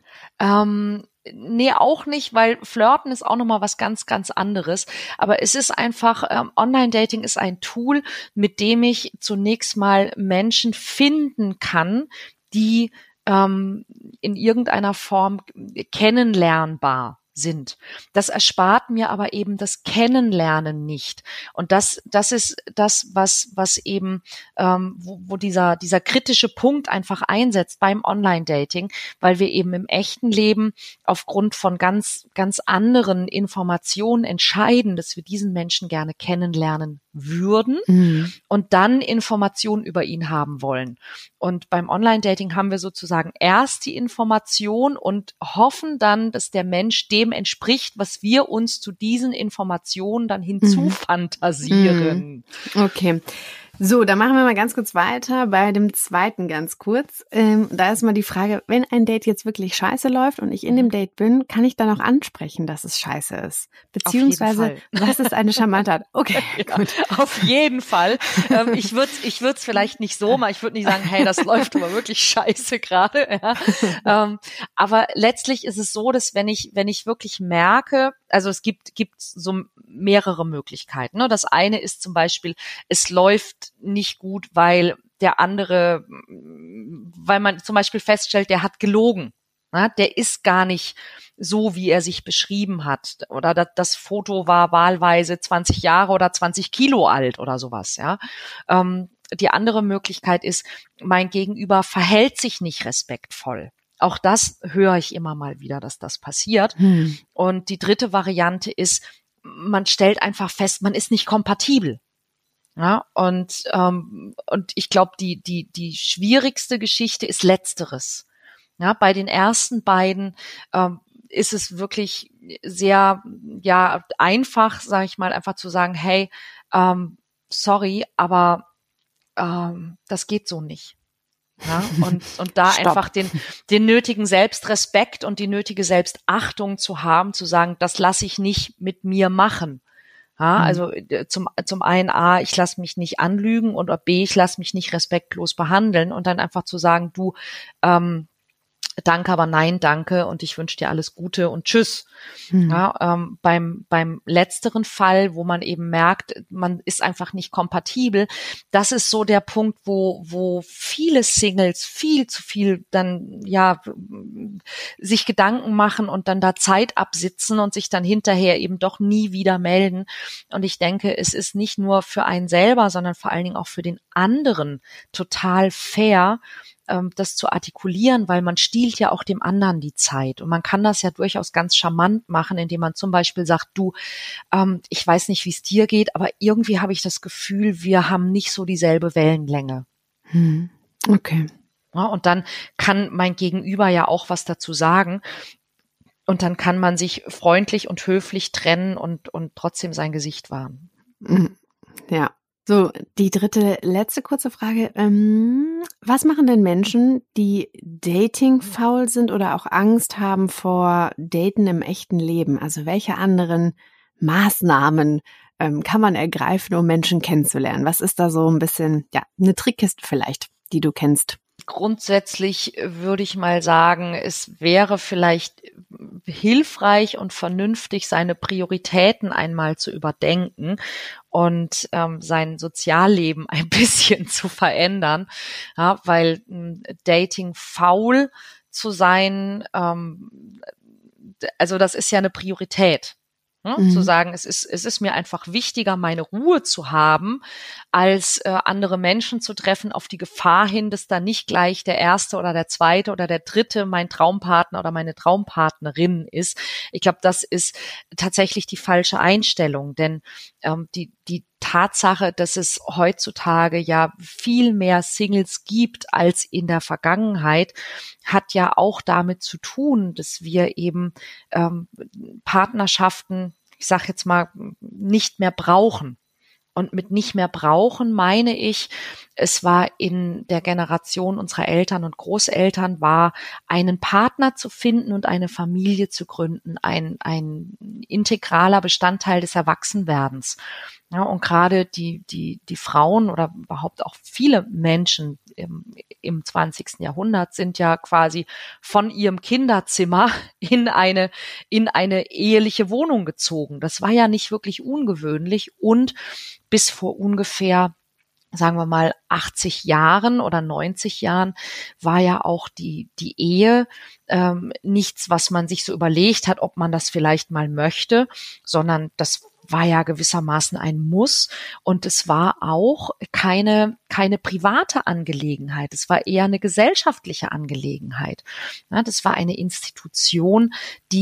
[SPEAKER 2] Nee, auch nicht, weil Flirten ist auch nochmal was ganz, ganz anderes. Aber es ist einfach, Online-Dating ist ein Tool, mit dem ich zunächst mal Menschen finden kann, die in irgendeiner Form kennenlernbar sind. Das erspart mir aber eben das Kennenlernen nicht. Und das ist das, was eben, wo dieser kritische Punkt einfach einsetzt beim Online-Dating, weil wir eben im echten Leben aufgrund von ganz, ganz anderen Informationen entscheiden, dass wir diesen Menschen gerne kennenlernen würden und dann Informationen über ihn haben wollen. Und beim Online-Dating haben wir sozusagen erst die Information und hoffen dann, dass der Mensch dem entspricht, was wir uns zu diesen Informationen dann hinzufantasieren.
[SPEAKER 1] Okay. So, dann machen wir mal ganz kurz weiter bei dem zweiten ganz kurz. Da ist mal die Frage, wenn ein Date jetzt wirklich scheiße läuft und ich in dem Date bin, kann ich dann auch ansprechen, dass es scheiße ist? Beziehungsweise, was ist eine charmante Art? Okay,
[SPEAKER 2] ja, gut. Auf jeden Fall. Ich würd's vielleicht nicht so machen. Ich würde nicht sagen, hey, das läuft aber wirklich scheiße gerade. Ja. Aber letztlich ist es so, dass wenn ich wirklich merke, also es gibt so mehrere Möglichkeiten. Ne? Das eine ist zum Beispiel, es läuft nicht gut, weil man zum Beispiel feststellt, der hat gelogen. Ne? Der ist gar nicht so, wie er sich beschrieben hat. Oder das Foto war wahlweise 20 Jahre oder 20 Kilo alt oder sowas. Ja. Die andere Möglichkeit ist, mein Gegenüber verhält sich nicht respektvoll. Auch das höre ich immer mal wieder, dass das passiert. Und die dritte Variante ist, man stellt einfach fest, man ist nicht kompatibel. Ja, und ich glaube, die schwierigste Geschichte ist Letzteres. Ja, bei den ersten beiden ist es wirklich sehr einfach, sage ich mal, einfach zu sagen, hey, sorry, aber das geht so nicht. Ja, und da einfach den nötigen Selbstrespekt und die nötige Selbstachtung zu haben, zu sagen, das lasse ich nicht mit mir machen. Ja, also zum einen A, ich lasse mich nicht anlügen und B, ich lasse mich nicht respektlos behandeln und dann einfach zu sagen, du, Danke, aber nein, danke und ich wünsche dir alles Gute und tschüss.
[SPEAKER 1] Mhm.
[SPEAKER 2] Ja, beim letzteren Fall, wo man eben merkt, man ist einfach nicht kompatibel, das ist so der Punkt, wo viele Singles viel zu viel dann sich Gedanken machen und dann da Zeit absitzen und sich dann hinterher eben doch nie wieder melden. Und ich denke, es ist nicht nur für einen selber, sondern vor allen Dingen auch für den anderen total fair, das zu artikulieren, weil man stiehlt ja auch dem anderen die Zeit. Und man kann das ja durchaus ganz charmant machen, indem man zum Beispiel sagt, du, ich weiß nicht, wie es dir geht, aber irgendwie habe ich das Gefühl, wir haben nicht so dieselbe Wellenlänge.
[SPEAKER 1] Okay.
[SPEAKER 2] Ja, und dann kann mein Gegenüber ja auch was dazu sagen. Und dann kann man sich freundlich und höflich trennen und trotzdem sein Gesicht wahren.
[SPEAKER 1] Ja. So, die letzte kurze Frage. Was machen denn Menschen, die dating-faul sind oder auch Angst haben vor Daten im echten Leben? Also welche anderen Maßnahmen kann man ergreifen, um Menschen kennenzulernen? Was ist da so ein bisschen, eine Trickkiste vielleicht, die du kennst?
[SPEAKER 2] Grundsätzlich würde ich mal sagen, es wäre vielleicht hilfreich und vernünftig, seine Prioritäten einmal zu überdenken und sein Sozialleben ein bisschen zu verändern, ja, weil Dating faul zu sein, also das ist ja eine Priorität. Zu sagen, es ist mir einfach wichtiger, meine Ruhe zu haben, als andere Menschen zu treffen, auf die Gefahr hin, dass da nicht gleich der erste oder der zweite oder der dritte mein Traumpartner oder meine Traumpartnerin ist. Ich glaube, das ist tatsächlich die falsche Einstellung, denn die Tatsache, dass es heutzutage ja viel mehr Singles gibt als in der Vergangenheit, hat ja auch damit zu tun, dass wir eben Partnerschaften, ich sage jetzt mal, nicht mehr brauchen. Und mit nicht mehr brauchen meine ich, es war in der Generation unserer Eltern und Großeltern, war einen Partner zu finden und eine Familie zu gründen, ein integraler Bestandteil des Erwachsenwerdens. Ja, und gerade die Frauen oder überhaupt auch viele Menschen im 20. Jahrhundert sind ja quasi von ihrem Kinderzimmer in eine eheliche Wohnung gezogen. Das war ja nicht wirklich ungewöhnlich und bis vor ungefähr, sagen wir mal, 80 Jahren oder 90 Jahren war ja auch die Ehe nichts, was man sich so überlegt hat, ob man das vielleicht mal möchte, sondern das war ja gewissermaßen ein Muss und es war auch keine private Angelegenheit. Es war eher eine gesellschaftliche Angelegenheit. Ja, das war eine Institution,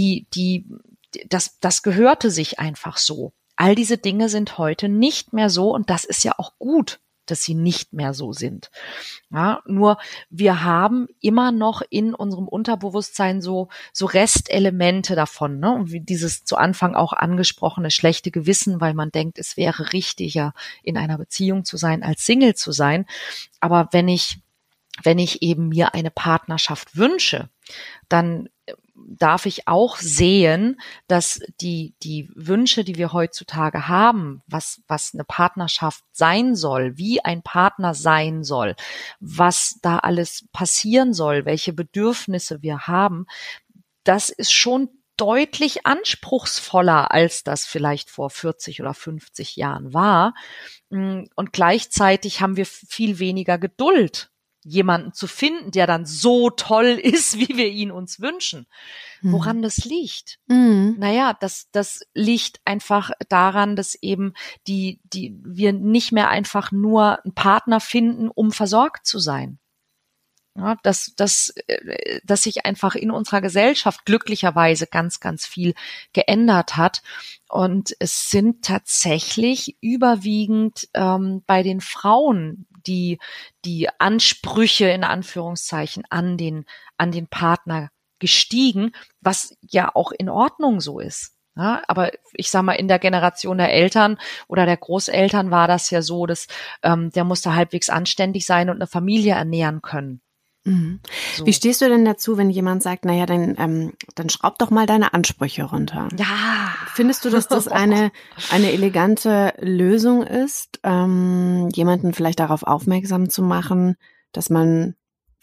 [SPEAKER 2] das gehörte sich einfach so. All diese Dinge sind heute nicht mehr so und das ist ja auch gut, dass sie nicht mehr so sind. Ja, nur wir haben immer noch in unserem Unterbewusstsein so Restelemente davon, ne? Und wie dieses zu Anfang auch angesprochene schlechte Gewissen, weil man denkt, es wäre richtiger, in einer Beziehung zu sein, als Single zu sein. Aber wenn ich eben mir eine Partnerschaft wünsche, dann darf ich auch sehen, dass die Wünsche, die wir heutzutage haben, was eine Partnerschaft sein soll, wie ein Partner sein soll, was da alles passieren soll, welche Bedürfnisse wir haben, das ist schon deutlich anspruchsvoller, als das vielleicht vor 40 oder 50 Jahren war. Und gleichzeitig haben wir viel weniger Geduld, jemanden zu finden, der dann so toll ist, wie wir ihn uns wünschen. Woran das liegt? Naja, das liegt einfach daran, dass eben wir nicht mehr einfach nur einen Partner finden, um versorgt zu sein. Ja, dass sich einfach in unserer Gesellschaft glücklicherweise ganz, ganz viel geändert hat. Und es sind tatsächlich überwiegend bei den Frauen die Ansprüche in Anführungszeichen an den Partner gestiegen, was ja auch in Ordnung so ist. Ja, aber ich sag mal, in der Generation der Eltern oder der Großeltern war das ja so, dass der musste halbwegs anständig sein und eine Familie ernähren können. So.
[SPEAKER 1] Wie stehst du denn dazu, wenn jemand sagt, naja, dann schraub doch mal deine Ansprüche runter?
[SPEAKER 2] Ja.
[SPEAKER 1] Findest du, dass das eine elegante Lösung ist, jemanden vielleicht darauf aufmerksam zu machen, dass man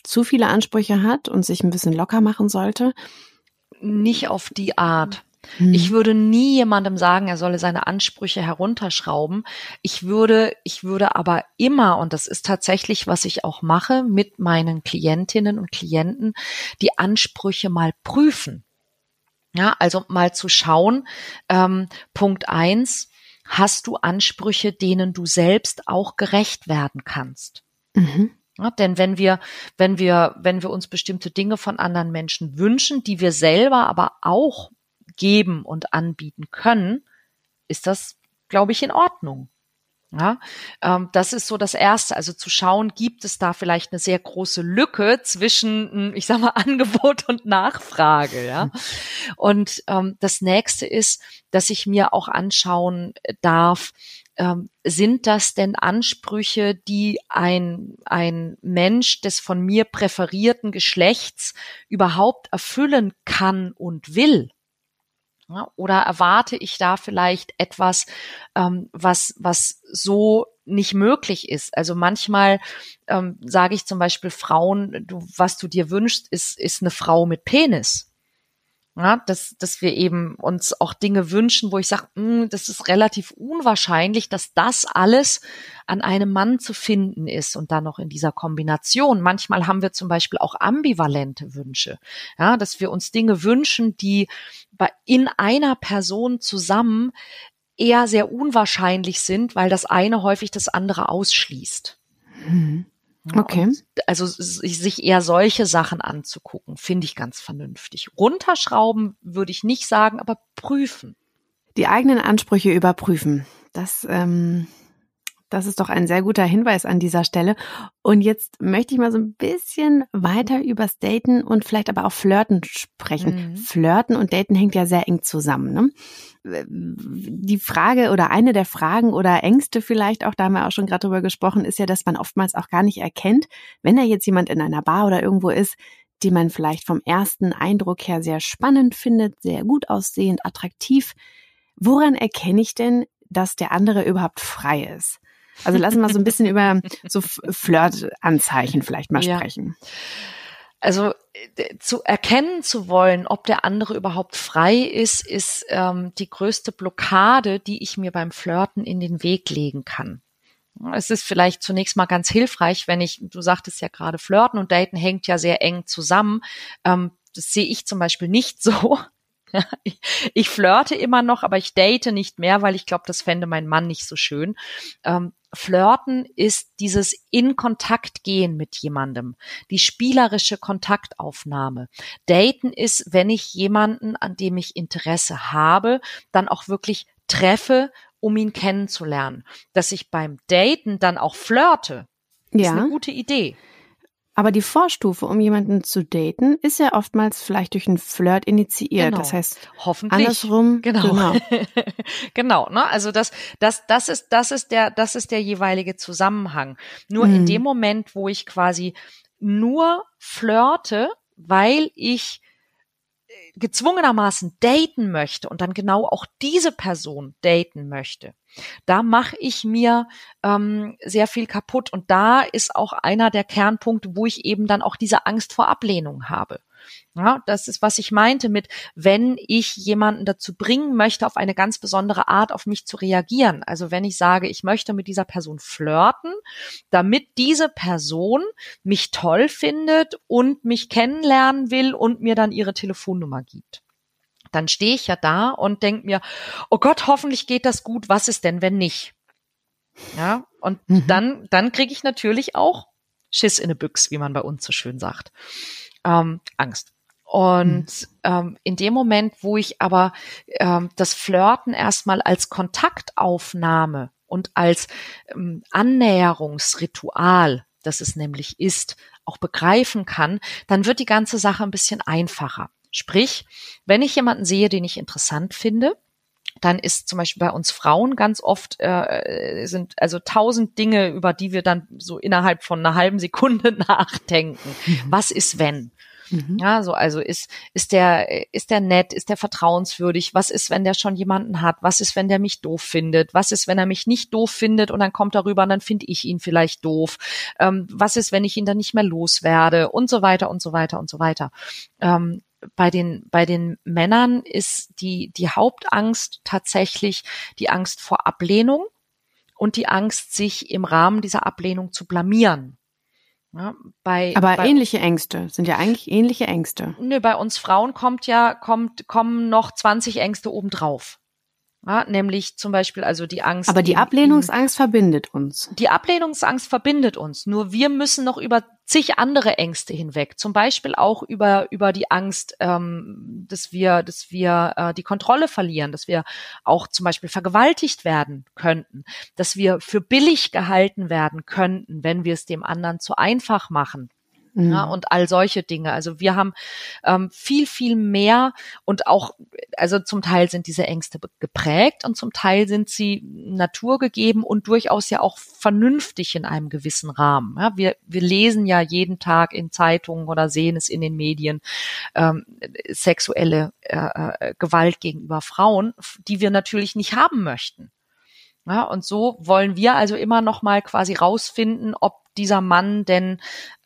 [SPEAKER 1] zu viele Ansprüche hat und sich ein bisschen locker machen sollte?
[SPEAKER 2] Nicht auf die Art. Ich würde nie jemandem sagen, er solle seine Ansprüche herunterschrauben. Ich würde aber immer, und das ist tatsächlich, was ich auch mache, mit meinen Klientinnen und Klienten, die Ansprüche mal prüfen. Ja, also mal zu schauen, Punkt 1, hast du Ansprüche, denen du selbst auch gerecht werden kannst?
[SPEAKER 1] Mhm.
[SPEAKER 2] Ja, denn wenn wir uns bestimmte Dinge von anderen Menschen wünschen, die wir selber aber auch geben und anbieten können, ist das, glaube ich, in Ordnung. Ja, das ist so das Erste, also zu schauen, gibt es da vielleicht eine sehr große Lücke zwischen, ich sag mal, Angebot und Nachfrage, ja. Und das Nächste ist, dass ich mir auch anschauen darf, sind das denn Ansprüche, die ein Mensch des von mir präferierten Geschlechts überhaupt erfüllen kann und will? Ja, oder erwarte ich da vielleicht etwas, was so nicht möglich ist? Also manchmal sage ich zum Beispiel Frauen, was du dir wünschst, ist eine Frau mit Penis. Ja, dass wir eben uns auch Dinge wünschen, wo ich sage, das ist relativ unwahrscheinlich, dass das alles an einem Mann zu finden ist und dann noch in dieser Kombination. Manchmal haben wir zum Beispiel auch ambivalente Wünsche, ja, dass wir uns Dinge wünschen, die in einer Person zusammen eher sehr unwahrscheinlich sind, weil das eine häufig das andere ausschließt.
[SPEAKER 1] Mhm. Okay.
[SPEAKER 2] Und also sich eher solche Sachen anzugucken, finde ich ganz vernünftig. Runterschrauben würde ich nicht sagen, aber prüfen.
[SPEAKER 1] Die eigenen Ansprüche überprüfen. Das ist doch ein sehr guter Hinweis an dieser Stelle. Und jetzt möchte ich mal so ein bisschen weiter übers Daten und vielleicht aber auch Flirten sprechen.
[SPEAKER 2] Mhm.
[SPEAKER 1] Flirten und Daten hängt ja sehr eng zusammen, ne? Die Frage oder eine der Fragen oder Ängste vielleicht auch, da haben wir auch schon gerade drüber gesprochen, ist ja, dass man oftmals auch gar nicht erkennt, wenn da jetzt jemand in einer Bar oder irgendwo ist, den man vielleicht vom ersten Eindruck her sehr spannend findet, sehr gut aussehend, attraktiv. Woran erkenne ich denn, dass der andere überhaupt frei ist? Also lassen wir so ein bisschen über so Flirtanzeichen vielleicht mal sprechen.
[SPEAKER 2] Also zu erkennen zu wollen, ob der andere überhaupt frei ist, ist die größte Blockade, die ich mir beim Flirten in den Weg legen kann. Es ist vielleicht zunächst mal ganz hilfreich, du sagtest ja gerade, Flirten und Daten hängt ja sehr eng zusammen. Das sehe ich zum Beispiel nicht so. Ich flirte immer noch, aber ich date nicht mehr, weil ich glaube, das fände mein Mann nicht so schön. Flirten ist dieses in Kontakt gehen mit jemandem, die spielerische Kontaktaufnahme. Daten ist, wenn ich jemanden, an dem ich Interesse habe, dann auch wirklich treffe, um ihn kennenzulernen. Dass ich beim Daten dann auch flirte, ist eine gute Idee.
[SPEAKER 1] Aber die Vorstufe, um jemanden zu daten, ist ja oftmals vielleicht durch einen Flirt initiiert.
[SPEAKER 2] Genau.
[SPEAKER 1] Das heißt,
[SPEAKER 2] hoffentlich.
[SPEAKER 1] Andersrum.
[SPEAKER 2] Genau. Genau, ne? Also das ist der jeweilige Zusammenhang. Nur in dem Moment, wo ich quasi nur flirte, weil ich gezwungenermaßen daten möchte und dann genau auch diese Person daten möchte, da mache ich mir sehr viel kaputt. Und da ist auch einer der Kernpunkte, wo ich eben dann auch diese Angst vor Ablehnung habe. Ja, das ist, was ich meinte mit, wenn ich jemanden dazu bringen möchte, auf eine ganz besondere Art auf mich zu reagieren. Also wenn ich sage, ich möchte mit dieser Person flirten, damit diese Person mich toll findet und mich kennenlernen will und mir dann ihre Telefonnummer gibt. Dann stehe ich ja da und denke mir, oh Gott, hoffentlich geht das gut, was ist denn, wenn nicht? Ja, und dann kriege ich natürlich auch Schiss in ne Büchs, wie man bei uns so schön sagt. Angst. Und in dem Moment, wo ich aber das Flirten erstmal als Kontaktaufnahme und als Annäherungsritual, das es nämlich ist, auch begreifen kann, dann wird die ganze Sache ein bisschen einfacher. Sprich, wenn ich jemanden sehe, den ich interessant finde, dann ist zum Beispiel bei uns Frauen ganz oft sind also 1000 Dinge, über die wir dann so innerhalb von einer halben Sekunde nachdenken. Was ist wenn? Ja, so, also ist der nett, ist der vertrauenswürdig? Was ist, wenn der schon jemanden hat? Was ist, wenn der mich doof findet? Was ist, wenn er mich nicht doof findet und dann kommt er rüber und dann finde ich ihn vielleicht doof? Was ist, wenn ich ihn dann nicht mehr loswerde? Und so weiter und so weiter und so weiter. Bei den Männern ist die Hauptangst tatsächlich die Angst vor Ablehnung und die Angst, sich im Rahmen dieser Ablehnung zu blamieren. Ja,
[SPEAKER 1] aber ähnliche Ängste, sind ja eigentlich ähnliche Ängste.
[SPEAKER 2] Nö, bei uns Frauen kommen noch 20 Ängste obendrauf. Ja, nämlich zum Beispiel also die Angst.
[SPEAKER 1] Aber die Ablehnungsangst verbindet uns.
[SPEAKER 2] Die Ablehnungsangst verbindet uns. Nur wir müssen noch über zig andere Ängste hinweg. Zum Beispiel auch über die Angst, dass wir die Kontrolle verlieren, dass wir auch zum Beispiel vergewaltigt werden könnten, dass wir für billig gehalten werden könnten, wenn wir es dem anderen zu einfach machen. Ja, und all solche Dinge. Also wir haben viel, viel mehr und auch, also zum Teil sind diese Ängste geprägt und zum Teil sind sie naturgegeben und durchaus ja auch vernünftig in einem gewissen Rahmen. Ja, wir lesen ja jeden Tag in Zeitungen oder sehen es in den Medien, sexuelle Gewalt gegenüber Frauen, die wir natürlich nicht haben möchten. Ja, und so wollen wir also immer noch mal quasi rausfinden, ob dieser Mann denn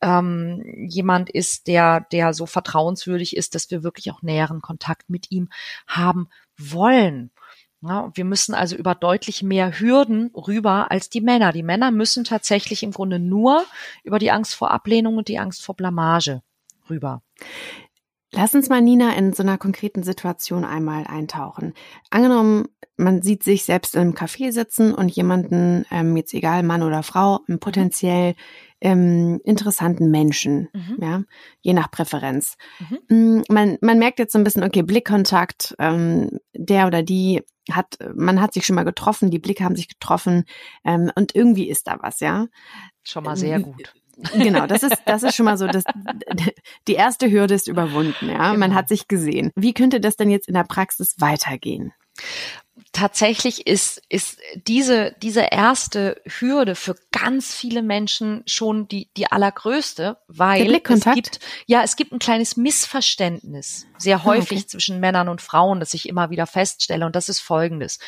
[SPEAKER 2] jemand ist, der so vertrauenswürdig ist, dass wir wirklich auch näheren Kontakt mit ihm haben wollen. Ja, wir müssen also über deutlich mehr Hürden rüber als die Männer. Die Männer müssen tatsächlich im Grunde nur über die Angst vor Ablehnung und die Angst vor Blamage rüber.
[SPEAKER 1] Lass uns mal, Nina, in so einer konkreten Situation einmal eintauchen. Angenommen, man sieht sich selbst im Café sitzen und jemanden, jetzt egal Mann oder Frau, einen potenziell interessanten Menschen, ja, je nach Präferenz. Man merkt jetzt so ein bisschen, okay, Blickkontakt, der oder die man hat sich schon mal getroffen, die Blicke haben sich getroffen, und irgendwie ist da was, ja.
[SPEAKER 2] Schon mal sehr gut.
[SPEAKER 1] Genau, das ist schon mal so, die erste Hürde ist überwunden, ja.
[SPEAKER 2] Genau.
[SPEAKER 1] Man hat sich gesehen. Wie könnte das denn jetzt in der Praxis weitergehen?
[SPEAKER 2] Tatsächlich ist diese erste Hürde für ganz viele Menschen schon die allergrößte, weil es gibt ein kleines Missverständnis sehr häufig zwischen Männern und Frauen, das ich immer wieder feststelle, und das ist Folgendes.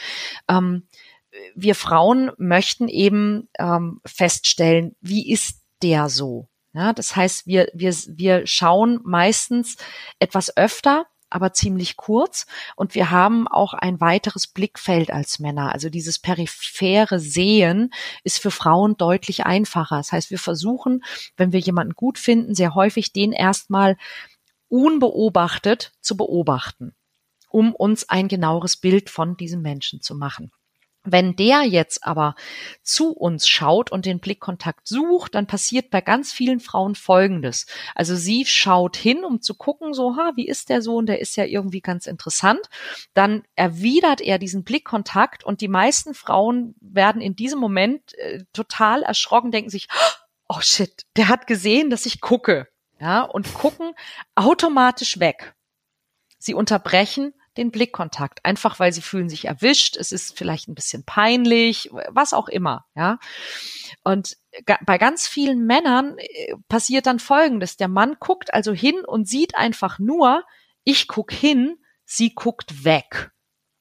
[SPEAKER 2] Wir Frauen möchten eben feststellen, wie ist der so? Ja, das heißt, wir schauen meistens etwas öfter, aber ziemlich kurz, und wir haben auch ein weiteres Blickfeld als Männer. Also dieses periphere Sehen ist für Frauen deutlich einfacher. Das heißt, wir versuchen, wenn wir jemanden gut finden, sehr häufig den erstmal unbeobachtet zu beobachten, um uns ein genaueres Bild von diesem Menschen zu machen. Wenn der jetzt aber zu uns schaut und den Blickkontakt sucht, dann passiert bei ganz vielen Frauen Folgendes. Also sie schaut hin, um zu gucken, so, wie ist der so? Und der ist ja irgendwie ganz interessant. Dann erwidert er diesen Blickkontakt und die meisten Frauen werden in diesem Moment total erschrocken, denken sich, oh shit, der hat gesehen, dass ich gucke. Ja, und gucken automatisch weg. Sie unterbrechen den Blickkontakt, einfach weil sie fühlen sich erwischt, es ist vielleicht ein bisschen peinlich, was auch immer, ja. Und bei ganz vielen Männern passiert dann Folgendes: Der Mann guckt also hin und sieht einfach nur, ich guck hin, sie guckt weg.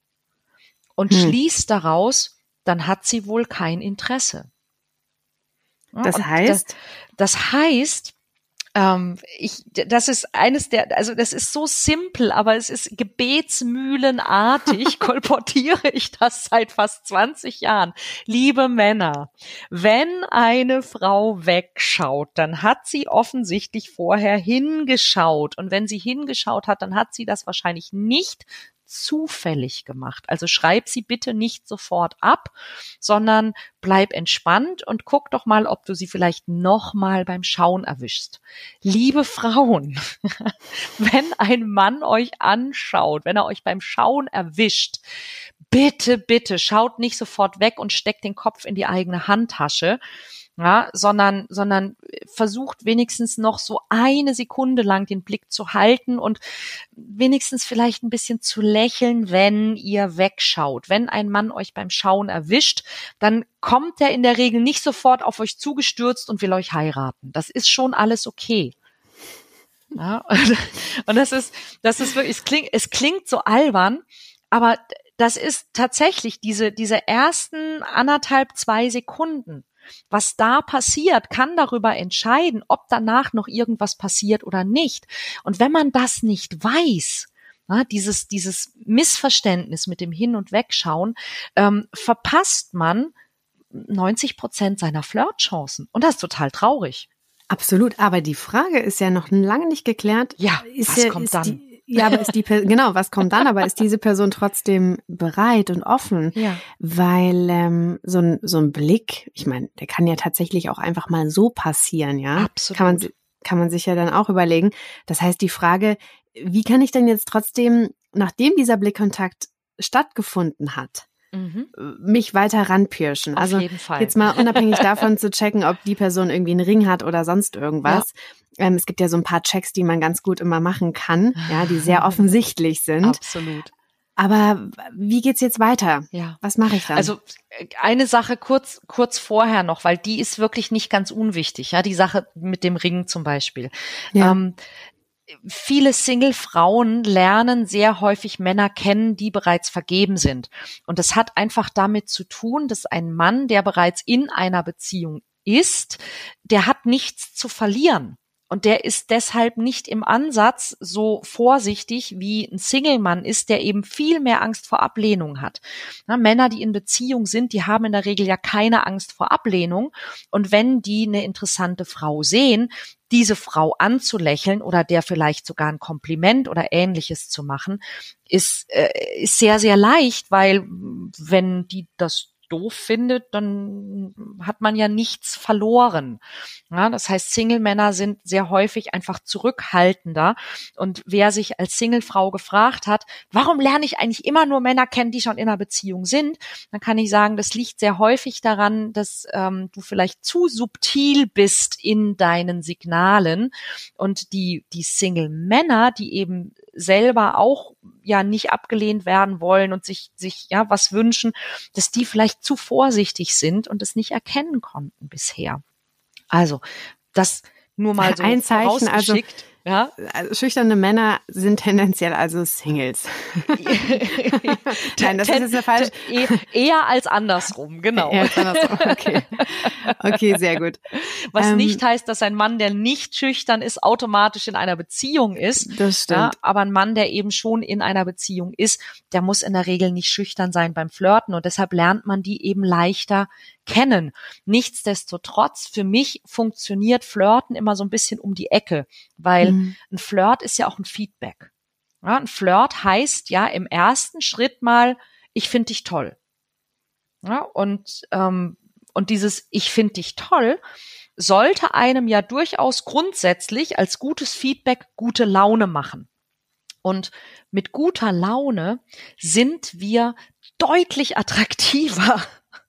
[SPEAKER 2] Und schließt daraus, dann hat sie wohl kein Interesse. Ja,
[SPEAKER 1] das heißt?
[SPEAKER 2] Das heißt, das ist das ist so simpel, aber es ist gebetsmühlenartig, kolportiere ich das seit fast 20 Jahren. Liebe Männer, wenn eine Frau wegschaut, dann hat sie offensichtlich vorher hingeschaut. Und wenn sie hingeschaut hat, dann hat sie das wahrscheinlich nicht zufällig gemacht. Also schreib sie bitte nicht sofort ab, sondern bleib entspannt und guck doch mal, ob du sie vielleicht noch mal beim Schauen erwischst. Liebe Frauen, wenn ein Mann euch anschaut, wenn er euch beim Schauen erwischt, bitte, bitte schaut nicht sofort weg und steckt den Kopf in die eigene Handtasche, ja, sondern versucht wenigstens noch so eine Sekunde lang den Blick zu halten und wenigstens vielleicht ein bisschen zu lächeln, wenn ihr wegschaut. Wenn ein Mann euch beim Schauen erwischt, dann kommt er in der Regel nicht sofort auf euch zugestürzt und will euch heiraten. Das ist schon alles okay. Ja, und das ist wirklich, es klingt so albern, aber das ist tatsächlich diese ersten 1,5, 2 Sekunden. Was da passiert, kann darüber entscheiden, ob danach noch irgendwas passiert oder nicht. Und wenn man das nicht weiß, dieses Missverständnis mit dem Hin- und Wegschauen, verpasst man 90% seiner Flirtchancen. Und das ist total traurig.
[SPEAKER 1] Absolut, aber die Frage ist ja noch lange nicht geklärt.
[SPEAKER 2] Ja, was kommt dann?
[SPEAKER 1] Aber genau, was kommt dann? Aber ist diese Person trotzdem bereit und offen?
[SPEAKER 2] Ja.
[SPEAKER 1] Weil so ein Blick, ich meine, der kann ja tatsächlich auch einfach mal so passieren, ja?
[SPEAKER 2] Absolut.
[SPEAKER 1] Kann man sich ja dann auch überlegen. Das heißt, die Frage, wie kann ich denn jetzt trotzdem, nachdem dieser Blickkontakt stattgefunden hat, mich weiter ranpirschen?
[SPEAKER 2] Auf
[SPEAKER 1] Also
[SPEAKER 2] jeden Fall.
[SPEAKER 1] jetzt mal unabhängig davon zu checken, ob die Person irgendwie einen Ring hat oder sonst irgendwas. Ja. Es gibt ja so ein paar Checks, die man ganz gut immer machen kann, ja, die sehr offensichtlich sind.
[SPEAKER 2] Absolut.
[SPEAKER 1] Aber wie geht's jetzt weiter?
[SPEAKER 2] Ja.
[SPEAKER 1] Was mache ich dann?
[SPEAKER 2] Also eine Sache kurz vorher noch, weil die ist wirklich nicht ganz unwichtig. Ja, die Sache mit dem Ring zum Beispiel.
[SPEAKER 1] Ja.
[SPEAKER 2] Viele Single-Frauen lernen sehr häufig Männer kennen, die bereits vergeben sind. Und das hat einfach damit zu tun, dass ein Mann, der bereits in einer Beziehung ist, der hat nichts zu verlieren. Und der ist deshalb nicht im Ansatz so vorsichtig, wie ein Single-Mann ist, der eben viel mehr Angst vor Ablehnung hat. Na, Männer, die in Beziehung sind, die haben in der Regel ja keine Angst vor Ablehnung. Und wenn die eine interessante Frau sehen, diese Frau anzulächeln oder der vielleicht sogar ein Kompliment oder Ähnliches zu machen, ist sehr, sehr leicht, weil wenn die das doof findet, dann hat man ja nichts verloren. Ja, das heißt, Single-Männer sind sehr häufig einfach zurückhaltender. Und wer sich als Single-Frau gefragt hat, warum lerne ich eigentlich immer nur Männer kennen, die schon in einer Beziehung sind, dann kann ich sagen, das liegt sehr häufig daran, dass du vielleicht zu subtil bist in deinen Signalen und die Single-Männer, die eben selber auch ja nicht abgelehnt werden wollen und sich ja was wünschen, dass die vielleicht zu vorsichtig sind und es nicht erkennen konnten bisher. Also das nur mal so
[SPEAKER 1] ein Zeichen,
[SPEAKER 2] vorausgeschickt. Ja?
[SPEAKER 1] Also schüchterne Männer sind tendenziell also Singles. Nein, das ist jetzt der falsche.
[SPEAKER 2] Eher als andersrum, genau.
[SPEAKER 1] Eher als andersrum, okay. Okay, sehr gut.
[SPEAKER 2] Was nicht heißt, dass ein Mann, der nicht schüchtern ist, automatisch in einer Beziehung ist.
[SPEAKER 1] Das stimmt.
[SPEAKER 2] Ja, aber ein Mann, der eben schon in einer Beziehung ist, der muss in der Regel nicht schüchtern sein beim Flirten und deshalb lernt man die eben leichter kennen. Nichtsdestotrotz, für mich funktioniert Flirten immer so ein bisschen um die Ecke, weil ein Flirt ist ja auch ein Feedback. Ja, ein Flirt heißt ja im ersten Schritt mal, ich finde dich toll. Ja, und dieses ich finde dich toll sollte einem ja durchaus grundsätzlich als gutes Feedback gute Laune machen. Und mit guter Laune sind wir deutlich attraktiver.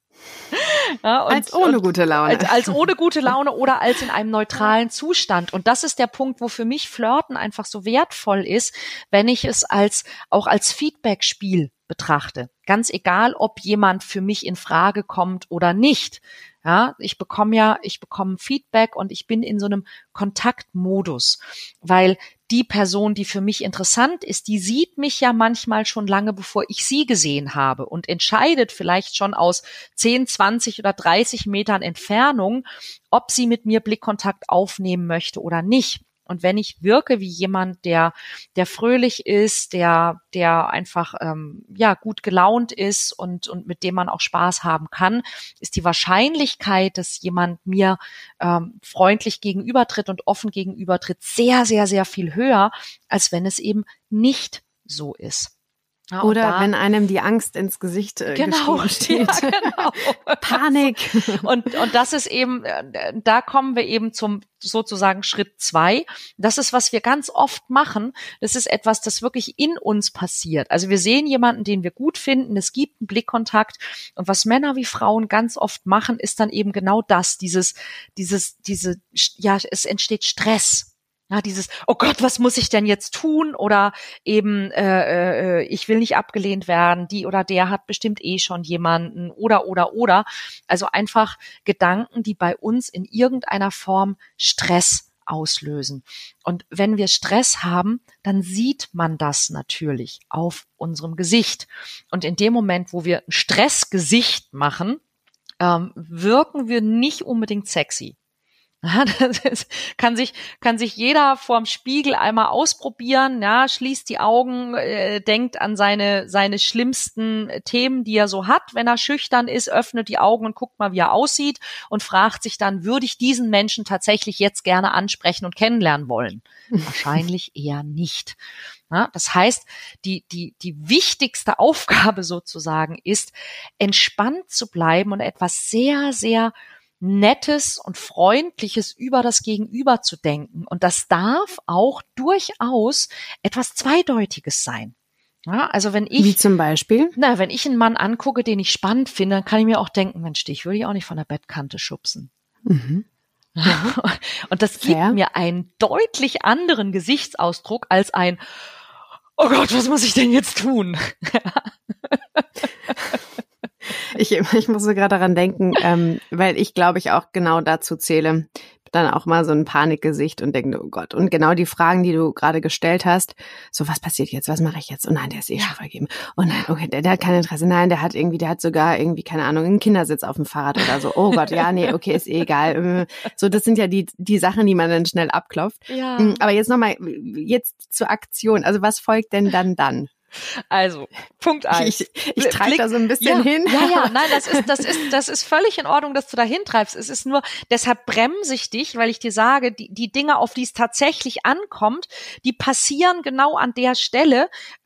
[SPEAKER 2] Ja,
[SPEAKER 1] als ohne gute Laune.
[SPEAKER 2] Als ohne gute Laune oder als in einem neutralen Zustand. Und das ist der Punkt, wo für mich Flirten einfach so wertvoll ist, wenn ich es auch als Feedback-Spiel betrachte. Ganz egal, ob jemand für mich in Frage kommt oder nicht. Ja, ich bekomme Feedback und ich bin in so einem Kontaktmodus, weil die Person, die für mich interessant ist, die sieht mich ja manchmal schon lange, bevor ich sie gesehen habe und entscheidet vielleicht schon aus 10, 20 oder 30 Metern Entfernung, ob sie mit mir Blickkontakt aufnehmen möchte oder nicht. Und wenn ich wirke wie jemand, der fröhlich ist, der einfach gut gelaunt ist und mit dem man auch Spaß haben kann, ist die Wahrscheinlichkeit, dass jemand mir freundlich gegenübertritt und offen gegenübertritt, sehr, sehr, sehr viel höher, als wenn es eben nicht so ist.
[SPEAKER 1] Ja, oder wenn einem die Angst ins Gesicht geschrieben steht.
[SPEAKER 2] Ja, genau.
[SPEAKER 1] Panik.
[SPEAKER 2] Und das ist eben, da kommen wir eben zum sozusagen Schritt 2. Das ist, was wir ganz oft machen. Das ist etwas, das wirklich in uns passiert. Also wir sehen jemanden, den wir gut finden. Es gibt einen Blickkontakt. Und was Männer wie Frauen ganz oft machen, ist dann eben genau das. Es entsteht Stress. Ja, oh Gott, was muss ich denn jetzt tun? Oder eben, ich will nicht abgelehnt werden, die oder der hat bestimmt schon jemanden oder. Also einfach Gedanken, die bei uns in irgendeiner Form Stress auslösen. Und wenn wir Stress haben, dann sieht man das natürlich auf unserem Gesicht. Und in dem Moment, wo wir ein Stressgesicht machen, wirken wir nicht unbedingt sexy. Ja, kann sich jeder vorm Spiegel einmal ausprobieren, ja, schließt die Augen, denkt an seine schlimmsten Themen, die er so hat, wenn er schüchtern ist, öffnet die Augen und guckt mal, wie er aussieht und fragt sich dann, würde ich diesen Menschen tatsächlich jetzt gerne ansprechen und kennenlernen wollen? Wahrscheinlich eher nicht. Ja, das heißt, die wichtigste Aufgabe sozusagen ist, entspannt zu bleiben und etwas sehr, sehr Nettes und Freundliches über das Gegenüber zu denken. Und das darf auch durchaus etwas Zweideutiges sein. Ja, also
[SPEAKER 1] Wie zum Beispiel?
[SPEAKER 2] wenn ich einen Mann angucke, den ich spannend finde, dann kann ich mir auch denken, Mensch, dich würde ich auch nicht von der Bettkante schubsen.
[SPEAKER 1] Mhm.
[SPEAKER 2] Und das gibt mir einen deutlich anderen Gesichtsausdruck als ein, oh Gott, was muss ich denn jetzt tun?
[SPEAKER 1] Ich muss so gerade daran denken, weil ich glaube, ich auch genau dazu zähle, dann auch mal so ein Panikgesicht und denke, oh Gott. Und genau die Fragen, die du gerade gestellt hast, so, was passiert jetzt? Was mache ich jetzt? Oh nein, der ist schon vergeben. Oh nein, okay, der hat kein Interesse. Nein, der hat sogar irgendwie, keine Ahnung, einen Kindersitz auf dem Fahrrad oder so. Oh Gott, ja, nee, okay, ist egal. So, das sind ja die Sachen, die man dann schnell abklopft.
[SPEAKER 2] Ja.
[SPEAKER 1] Aber jetzt nochmal, jetzt zur Aktion. Also was folgt denn dann?
[SPEAKER 2] Also, Punkt 1.
[SPEAKER 1] Ich treibe da so ein bisschen hin.
[SPEAKER 2] Ja, nein, das ist völlig in Ordnung, dass du da hintreibst. Es ist nur, deshalb bremse ich dich, weil ich dir sage, die Dinge, auf die es tatsächlich ankommt, die passieren genau an der Stelle,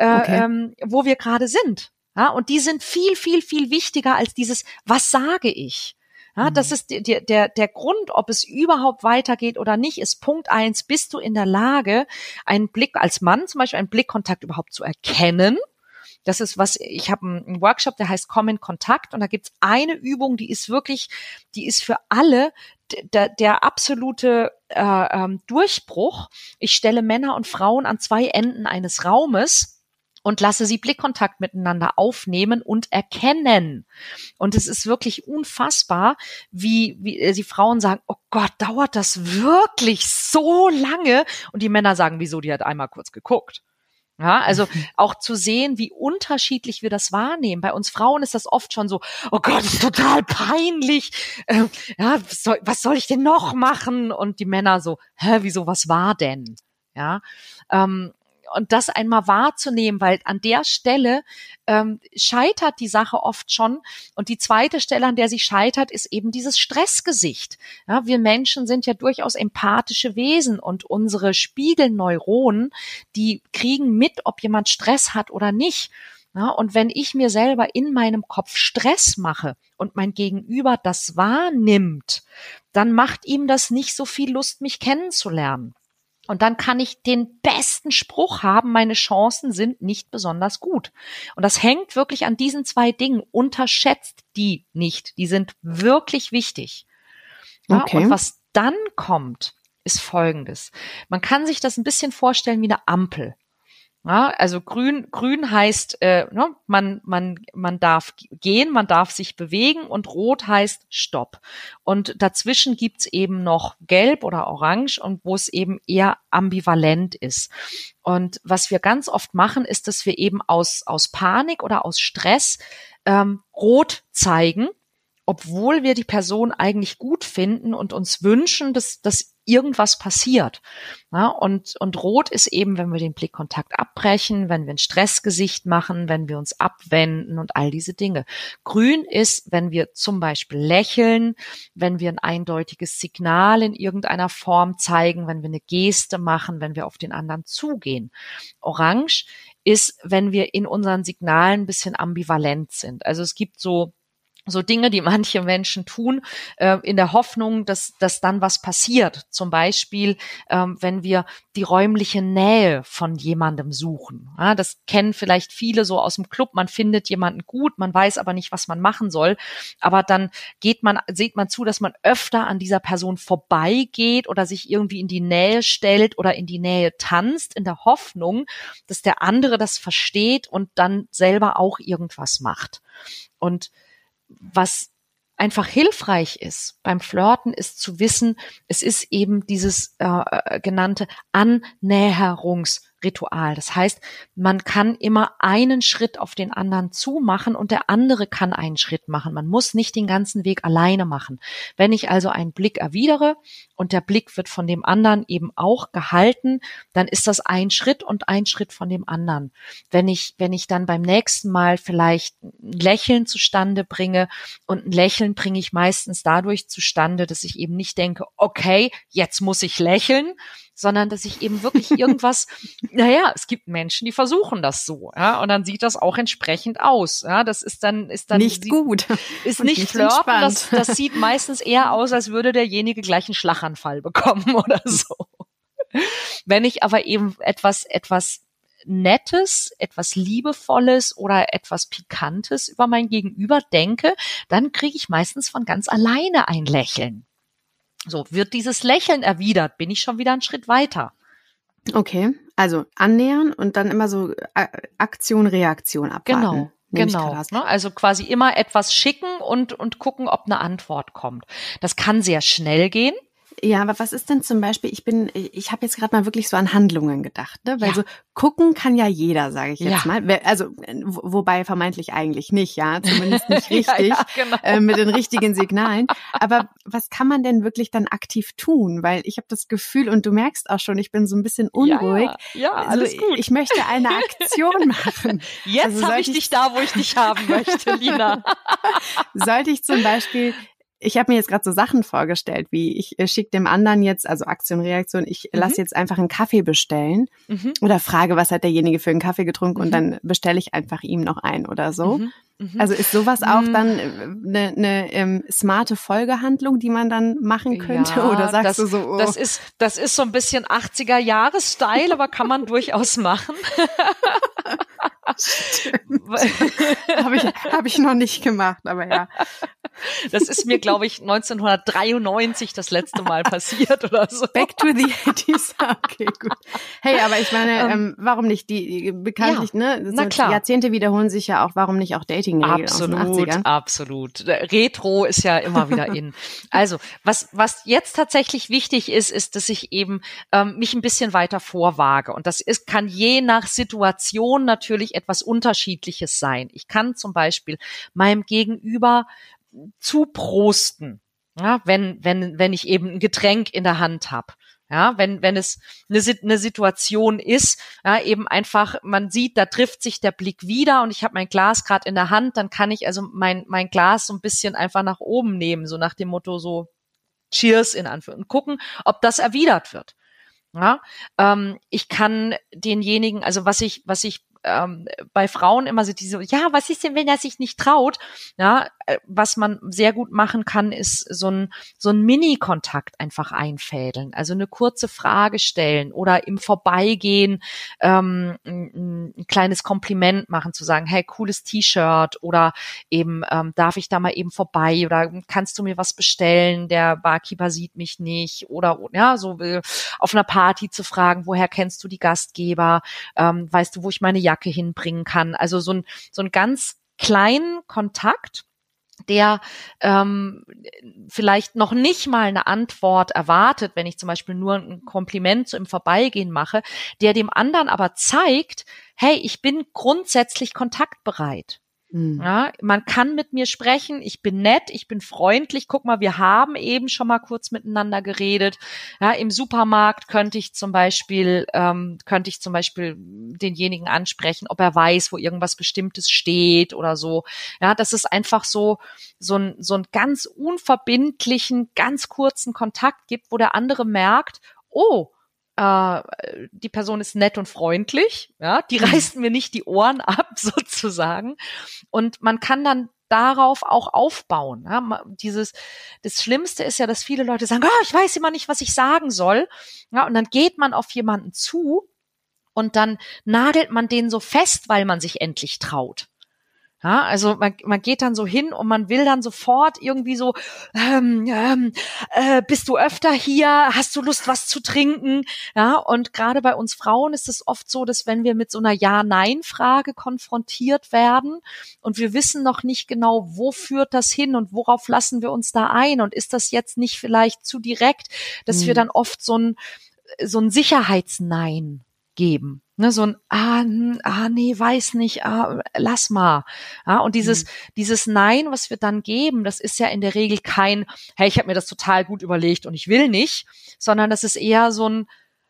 [SPEAKER 2] wo wir gerade sind. Ja, und die sind viel, viel, viel wichtiger als dieses, was sage ich? Ja, das ist der Grund, ob es überhaupt weitergeht oder nicht, ist Punkt 1, bist du in der Lage, einen Blick als Mann zum Beispiel, einen Blickkontakt überhaupt zu erkennen? Das ist ich habe einen Workshop, der heißt Komm in Kontakt und da gibt's eine Übung, die ist für alle der absolute Durchbruch. Ich stelle Männer und Frauen an zwei Enden eines Raumes und lasse sie Blickkontakt miteinander aufnehmen und erkennen. Und es ist wirklich unfassbar, wie die Frauen sagen, oh Gott, dauert das wirklich so lange? Und die Männer sagen, wieso, die hat einmal kurz geguckt. Ja, also auch zu sehen, wie unterschiedlich wir das wahrnehmen. Bei uns Frauen ist das oft schon so, oh Gott, ist total peinlich. Was soll ich denn noch machen? Und die Männer so, wieso, was war denn? Ja, und das einmal wahrzunehmen, weil an der Stelle scheitert die Sache oft schon. Und die zweite Stelle, an der sie scheitert, ist eben dieses Stressgesicht. Ja, wir Menschen sind ja durchaus empathische Wesen und unsere Spiegelneuronen, die kriegen mit, ob jemand Stress hat oder nicht. Ja, und wenn ich mir selber in meinem Kopf Stress mache und mein Gegenüber das wahrnimmt, dann macht ihm das nicht so viel Lust, mich kennenzulernen. Und dann kann ich den besten Spruch haben, meine Chancen sind nicht besonders gut. Und das hängt wirklich an diesen zwei Dingen. Unterschätzt die nicht. Die sind wirklich wichtig. Ja, okay. Und was dann kommt, ist Folgendes. Man kann sich das ein bisschen vorstellen wie eine Ampel. Ja, also grün heißt, man darf gehen, man darf sich bewegen und rot heißt Stopp. Und dazwischen gibt's eben noch gelb oder orange und wo es eben eher ambivalent ist. Und was wir ganz oft machen, ist, dass wir eben aus Panik oder aus Stress rot zeigen, obwohl wir die Person eigentlich gut finden und uns wünschen, dass irgendwas passiert. Ja, und rot ist eben, wenn wir den Blickkontakt abbrechen, wenn wir ein Stressgesicht machen, wenn wir uns abwenden und all diese Dinge. Grün ist, wenn wir zum Beispiel lächeln, wenn wir ein eindeutiges Signal in irgendeiner Form zeigen, wenn wir eine Geste machen, wenn wir auf den anderen zugehen. Orange ist, wenn wir in unseren Signalen ein bisschen ambivalent sind. Also es gibt so Dinge, die manche Menschen tun, in der Hoffnung, dass dann was passiert. Zum Beispiel, wenn wir die räumliche Nähe von jemandem suchen. Ja, das kennen vielleicht viele so aus dem Club. Man findet jemanden gut, man weiß aber nicht, was man machen soll. Aber dann sieht man zu, dass man öfter an dieser Person vorbeigeht oder sich irgendwie in die Nähe stellt oder in die Nähe tanzt, in der Hoffnung, dass der andere das versteht und dann selber auch irgendwas macht. Und was einfach hilfreich ist beim Flirten, ist zu wissen, es ist eben dieses genannte Annäherungsritual. Das heißt, man kann immer einen Schritt auf den anderen zumachen und der andere kann einen Schritt machen. Man muss nicht den ganzen Weg alleine machen. Wenn ich also einen Blick erwidere und der Blick wird von dem anderen eben auch gehalten, dann ist das ein Schritt und ein Schritt von dem anderen. Wenn ich dann beim nächsten Mal vielleicht ein Lächeln zustande bringe, und ein Lächeln bringe ich meistens dadurch zustande, dass ich eben nicht denke, okay, jetzt muss ich lächeln, sondern dass ich eben wirklich irgendwas, es gibt Menschen, die versuchen das so, ja, und dann sieht das auch entsprechend aus, ja, das ist dann
[SPEAKER 1] nicht gut,
[SPEAKER 2] ist nicht flirten, das sieht meistens eher aus, als würde derjenige gleich einen Schlaganfall bekommen oder so. Wenn ich aber eben etwas Nettes, etwas Liebevolles oder etwas Pikantes über mein Gegenüber denke, dann kriege ich meistens von ganz alleine ein Lächeln. So, wird dieses Lächeln erwidert, bin ich schon wieder einen Schritt weiter.
[SPEAKER 1] Okay, also annähern und dann immer so Aktion, Reaktion abwarten.
[SPEAKER 2] Genau. Ne? Also quasi immer etwas schicken und gucken, ob eine Antwort kommt. Das kann sehr schnell gehen.
[SPEAKER 1] Ja, aber was ist denn zum Beispiel, ich habe jetzt gerade mal wirklich so an Handlungen gedacht, ne? Weil so gucken kann ja jeder, sage ich jetzt mal. Also wobei vermeintlich eigentlich nicht, ja, zumindest nicht richtig, genau. Mit den richtigen Signalen. Aber was kann man denn wirklich dann aktiv tun? Weil ich habe das Gefühl, und du merkst auch schon, ich bin so ein bisschen unruhig.
[SPEAKER 2] Ja, alles gut.
[SPEAKER 1] Ich möchte eine Aktion machen.
[SPEAKER 2] Jetzt also habe ich dich da, wo ich dich haben möchte, Lina.
[SPEAKER 1] Sollte ich zum Beispiel... Ich habe mir jetzt gerade so Sachen vorgestellt, wie ich schicke dem anderen jetzt, also Aktion, Reaktion, ich lasse jetzt einfach einen Kaffee bestellen oder frage, was hat derjenige für einen Kaffee getrunken und dann bestelle ich einfach ihm noch einen oder so. Also ist sowas auch dann eine smarte Folgehandlung, die man dann machen könnte?
[SPEAKER 2] Ja,
[SPEAKER 1] oder sagst du so? Oh.
[SPEAKER 2] Das ist so ein bisschen 80er-Jahres-Style, aber kann man durchaus machen.
[SPEAKER 1] Hab ich noch nicht gemacht, aber ja.
[SPEAKER 2] Das ist mir, glaube ich, 1993 das letzte Mal passiert oder so.
[SPEAKER 1] Back to the 80s. Okay, gut. Hey, aber ich meine, warum nicht? Die bekanntlich, ne? So
[SPEAKER 2] na klar.
[SPEAKER 1] Jahrzehnte wiederholen sich ja auch. Warum nicht auch Dating-Regeln aus den 80ern?
[SPEAKER 2] Absolut. Retro ist ja immer wieder in. Also, was jetzt tatsächlich wichtig ist, dass ich eben mich ein bisschen weiter vorwage. Und das kann je nach Situation natürlich etwas Unterschiedliches sein. Ich kann zum Beispiel meinem Gegenüber zuprosten, ja, wenn ich eben ein Getränk in der Hand habe. Ja, wenn es eine Situation ist, ja, eben einfach, man sieht, da trifft sich der Blick wieder und ich habe mein Glas gerade in der Hand, dann kann ich also mein Glas so ein bisschen einfach nach oben nehmen, so nach dem Motto so Cheers in Anführungszeichen, und gucken, ob das erwidert wird. Ja, ich kann denjenigen, also was ich bei Frauen immer so diese, ja, was ist denn, wenn er sich nicht traut? Ja, was man sehr gut machen kann, ist so ein Mini-Kontakt einfach einfädeln. Also eine kurze Frage stellen oder im Vorbeigehen ein kleines Kompliment machen, zu sagen, hey, cooles T-Shirt oder eben, darf ich da mal eben vorbei oder kannst du mir was bestellen? Der Barkeeper sieht mich nicht oder, ja, so auf einer Party zu fragen, woher kennst du die Gastgeber? Weißt du, wo ich meine Jacke hinbringen kann. Also so ein ganz kleinen Kontakt, der vielleicht noch nicht mal eine Antwort erwartet, wenn ich zum Beispiel nur ein Kompliment so im Vorbeigehen mache, der dem anderen aber zeigt, hey, ich bin grundsätzlich kontaktbereit. Ja, man kann mit mir sprechen, ich bin nett, ich bin freundlich, guck mal, wir haben eben schon mal kurz miteinander geredet. Ja, im Supermarkt könnte ich zum Beispiel denjenigen ansprechen, ob er weiß, wo irgendwas Bestimmtes steht oder so. Ja, das ist einfach so ein ganz unverbindlichen, ganz kurzen Kontakt gibt, wo der andere merkt, oh, die Person ist nett und freundlich, ja, die reißt mir nicht die Ohren ab, sozusagen. Und man kann dann darauf auch aufbauen. Ja, das Schlimmste ist ja, dass viele Leute sagen, ich weiß immer nicht, was ich sagen soll. Ja, und dann geht man auf jemanden zu und dann nagelt man den so fest, weil man sich endlich traut. Ja, also man geht dann so hin und man will dann sofort irgendwie so, bist du öfter hier? Hast du Lust, was zu trinken? Ja, und gerade bei uns Frauen ist es oft so, dass wenn wir mit so einer Ja-Nein-Frage konfrontiert werden und wir wissen noch nicht genau, wo führt das hin und worauf lassen wir uns da ein und ist das jetzt nicht vielleicht zu direkt, dass wir dann oft so ein Sicherheitsnein geben. Ne, so ein, nee, weiß nicht, lass mal. Ja, und dieses Nein, was wir dann geben, das ist ja in der Regel kein, hey, ich habe mir das total gut überlegt und ich will nicht, sondern das ist eher so ein,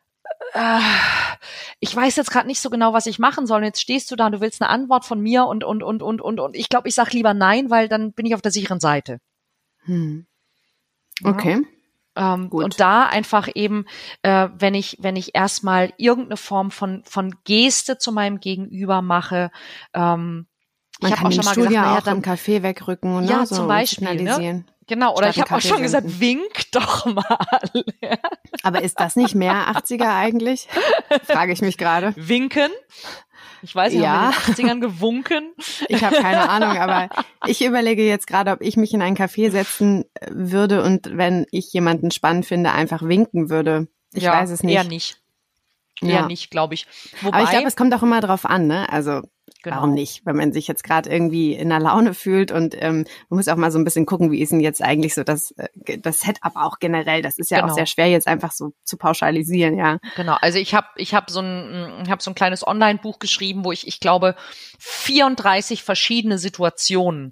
[SPEAKER 2] ich weiß jetzt gerade nicht so genau, was ich machen soll. Und jetzt stehst du da und du willst eine Antwort von mir und ich glaube, ich sag lieber nein, weil dann bin ich auf der sicheren Seite.
[SPEAKER 1] Okay.
[SPEAKER 2] Ja. Und da einfach eben, wenn ich erstmal irgendeine Form von Geste zu meinem Gegenüber mache,
[SPEAKER 1] ich habe auch schon mal gesagt, auch im Café wegrücken und
[SPEAKER 2] ja,
[SPEAKER 1] so
[SPEAKER 2] zum Beispiel,
[SPEAKER 1] signalisieren.
[SPEAKER 2] Ne? Genau, oder ich habe auch schon gesagt, wink doch mal.
[SPEAKER 1] Aber ist das nicht mehr 80er eigentlich? Frage ich mich gerade.
[SPEAKER 2] Winken? Ich weiß nicht, haben wir in den 80ern gewunken?
[SPEAKER 1] Ich habe keine Ahnung, aber ich überlege jetzt gerade, ob ich mich in ein Café setzen würde und wenn ich jemanden spannend finde, einfach winken würde. Ich weiß es nicht.
[SPEAKER 2] Eher nicht. Eher nicht, glaube ich. Wobei,
[SPEAKER 1] aber ich glaube, es kommt auch immer drauf an, ne? Also warum nicht? Wenn man sich jetzt gerade irgendwie in der Laune fühlt und man muss auch mal so ein bisschen gucken, wie ist denn jetzt eigentlich so das Setup auch generell. Das ist ja auch sehr schwer jetzt einfach so zu pauschalisieren, ja.
[SPEAKER 2] Genau, also ich hab so ein kleines Online-Buch geschrieben, wo ich glaube 34 verschiedene Situationen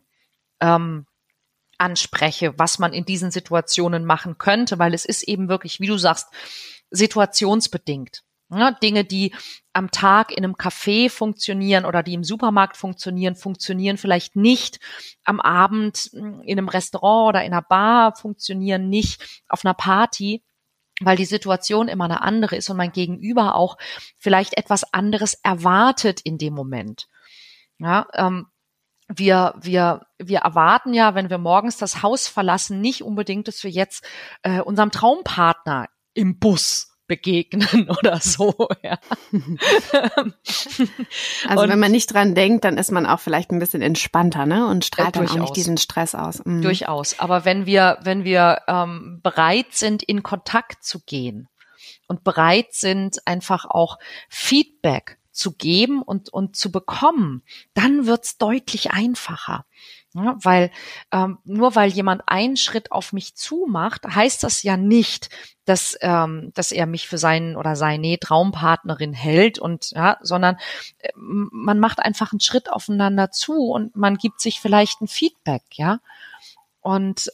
[SPEAKER 2] anspreche, was man in diesen Situationen machen könnte, weil es ist eben wirklich, wie du sagst, situationsbedingt. Ja, Dinge, die am Tag in einem Café funktionieren oder die im Supermarkt funktionieren vielleicht nicht am Abend in einem Restaurant oder in einer Bar, funktionieren nicht auf einer Party, weil die Situation immer eine andere ist und mein Gegenüber auch vielleicht etwas anderes erwartet in dem Moment. Ja, wir erwarten ja, wenn wir morgens das Haus verlassen, nicht unbedingt, dass wir jetzt unserem Traumpartner im Bus begegnen oder so. Ja.
[SPEAKER 1] Also wenn man nicht dran denkt, dann ist man auch vielleicht ein bisschen entspannter, ne? Und strahlt dann auch nicht diesen Stress aus.
[SPEAKER 2] Durchaus. Aber wenn wir bereit sind, in Kontakt zu gehen und bereit sind, einfach auch Feedback zu geben und zu bekommen, dann wird's deutlich einfacher. Ja, weil nur weil jemand einen Schritt auf mich zumacht, heißt das ja nicht, dass er mich für seinen oder seine Traumpartnerin hält sondern man macht einfach einen Schritt aufeinander zu und man gibt sich vielleicht ein Feedback, ja. Und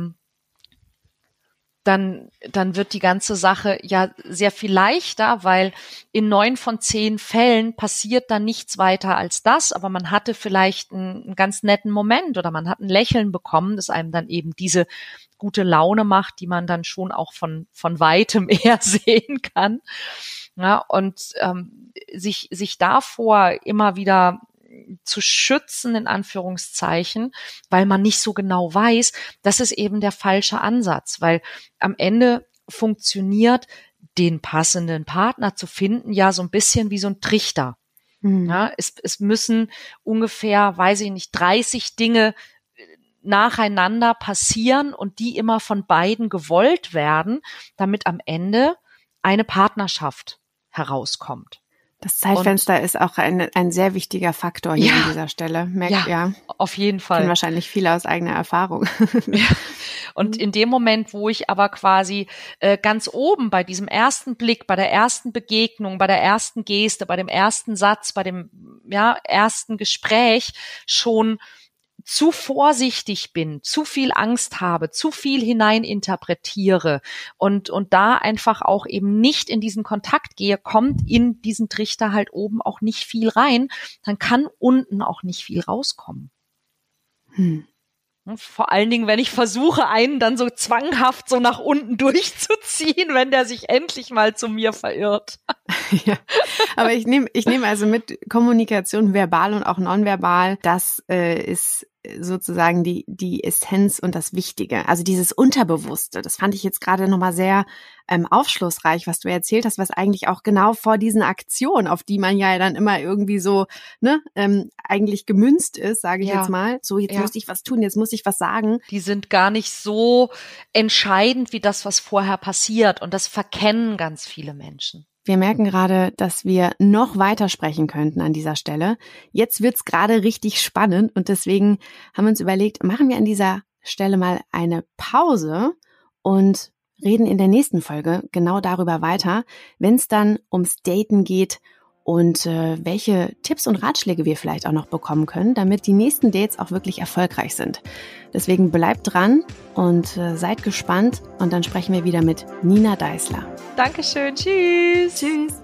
[SPEAKER 2] dann wird die ganze Sache ja sehr viel leichter, weil in 9 von 10 Fällen passiert dann nichts weiter als das, aber man hatte vielleicht einen ganz netten Moment oder man hat ein Lächeln bekommen, das einem dann eben diese gute Laune macht, die man dann schon auch von weitem eher sehen kann. Ja, und sich davor immer wieder zu schützen, in Anführungszeichen, weil man nicht so genau weiß, das ist eben der falsche Ansatz, weil am Ende funktioniert, den passenden Partner zu finden, ja so ein bisschen wie so ein Trichter. Ja, es müssen ungefähr, weiß ich nicht, 30 Dinge nacheinander passieren und die immer von beiden gewollt werden, damit am Ende eine Partnerschaft herauskommt.
[SPEAKER 1] Das Zeitfenster ist auch ein sehr wichtiger Faktor hier an dieser Stelle.
[SPEAKER 2] Auf jeden Fall.
[SPEAKER 1] Kennen wahrscheinlich viele aus eigener Erfahrung.
[SPEAKER 2] Ja. Und in dem Moment, wo ich aber quasi ganz oben bei diesem ersten Blick, bei der ersten Begegnung, bei der ersten Geste, bei dem ersten Satz, bei dem ersten Gespräch schon zu vorsichtig bin, zu viel Angst habe, zu viel hineininterpretiere und da einfach auch eben nicht in diesen Kontakt gehe, kommt in diesen Trichter halt oben auch nicht viel rein, dann kann unten auch nicht viel rauskommen. Vor allen Dingen, wenn ich versuche, einen dann so zwanghaft so nach unten durchzuziehen, wenn der sich endlich mal zu mir verirrt.
[SPEAKER 1] Ja, aber ich nehme also mit Kommunikation verbal und auch nonverbal, das ist sozusagen die Essenz und das Wichtige. Also dieses Unterbewusste, das fand ich jetzt gerade nochmal sehr aufschlussreich, was du erzählt hast, was eigentlich auch genau vor diesen Aktionen, auf die man ja dann immer irgendwie so eigentlich gemünzt ist, sage ich jetzt mal. So, jetzt muss ich was tun, jetzt muss ich was sagen.
[SPEAKER 2] Die sind gar nicht so entscheidend wie das, was vorher passiert. Und das verkennen ganz viele Menschen.
[SPEAKER 1] Wir merken gerade, dass wir noch weiter sprechen könnten an dieser Stelle. Jetzt wird's gerade richtig spannend und deswegen haben wir uns überlegt, machen wir an dieser Stelle mal eine Pause und reden in der nächsten Folge genau darüber weiter, wenn es dann ums Daten geht und welche Tipps und Ratschläge wir vielleicht auch noch bekommen können, damit die nächsten Dates auch wirklich erfolgreich sind. Deswegen bleibt dran und seid gespannt und dann sprechen wir wieder mit Nina Deißler.
[SPEAKER 2] Dankeschön, tschüss.
[SPEAKER 1] Tschüss.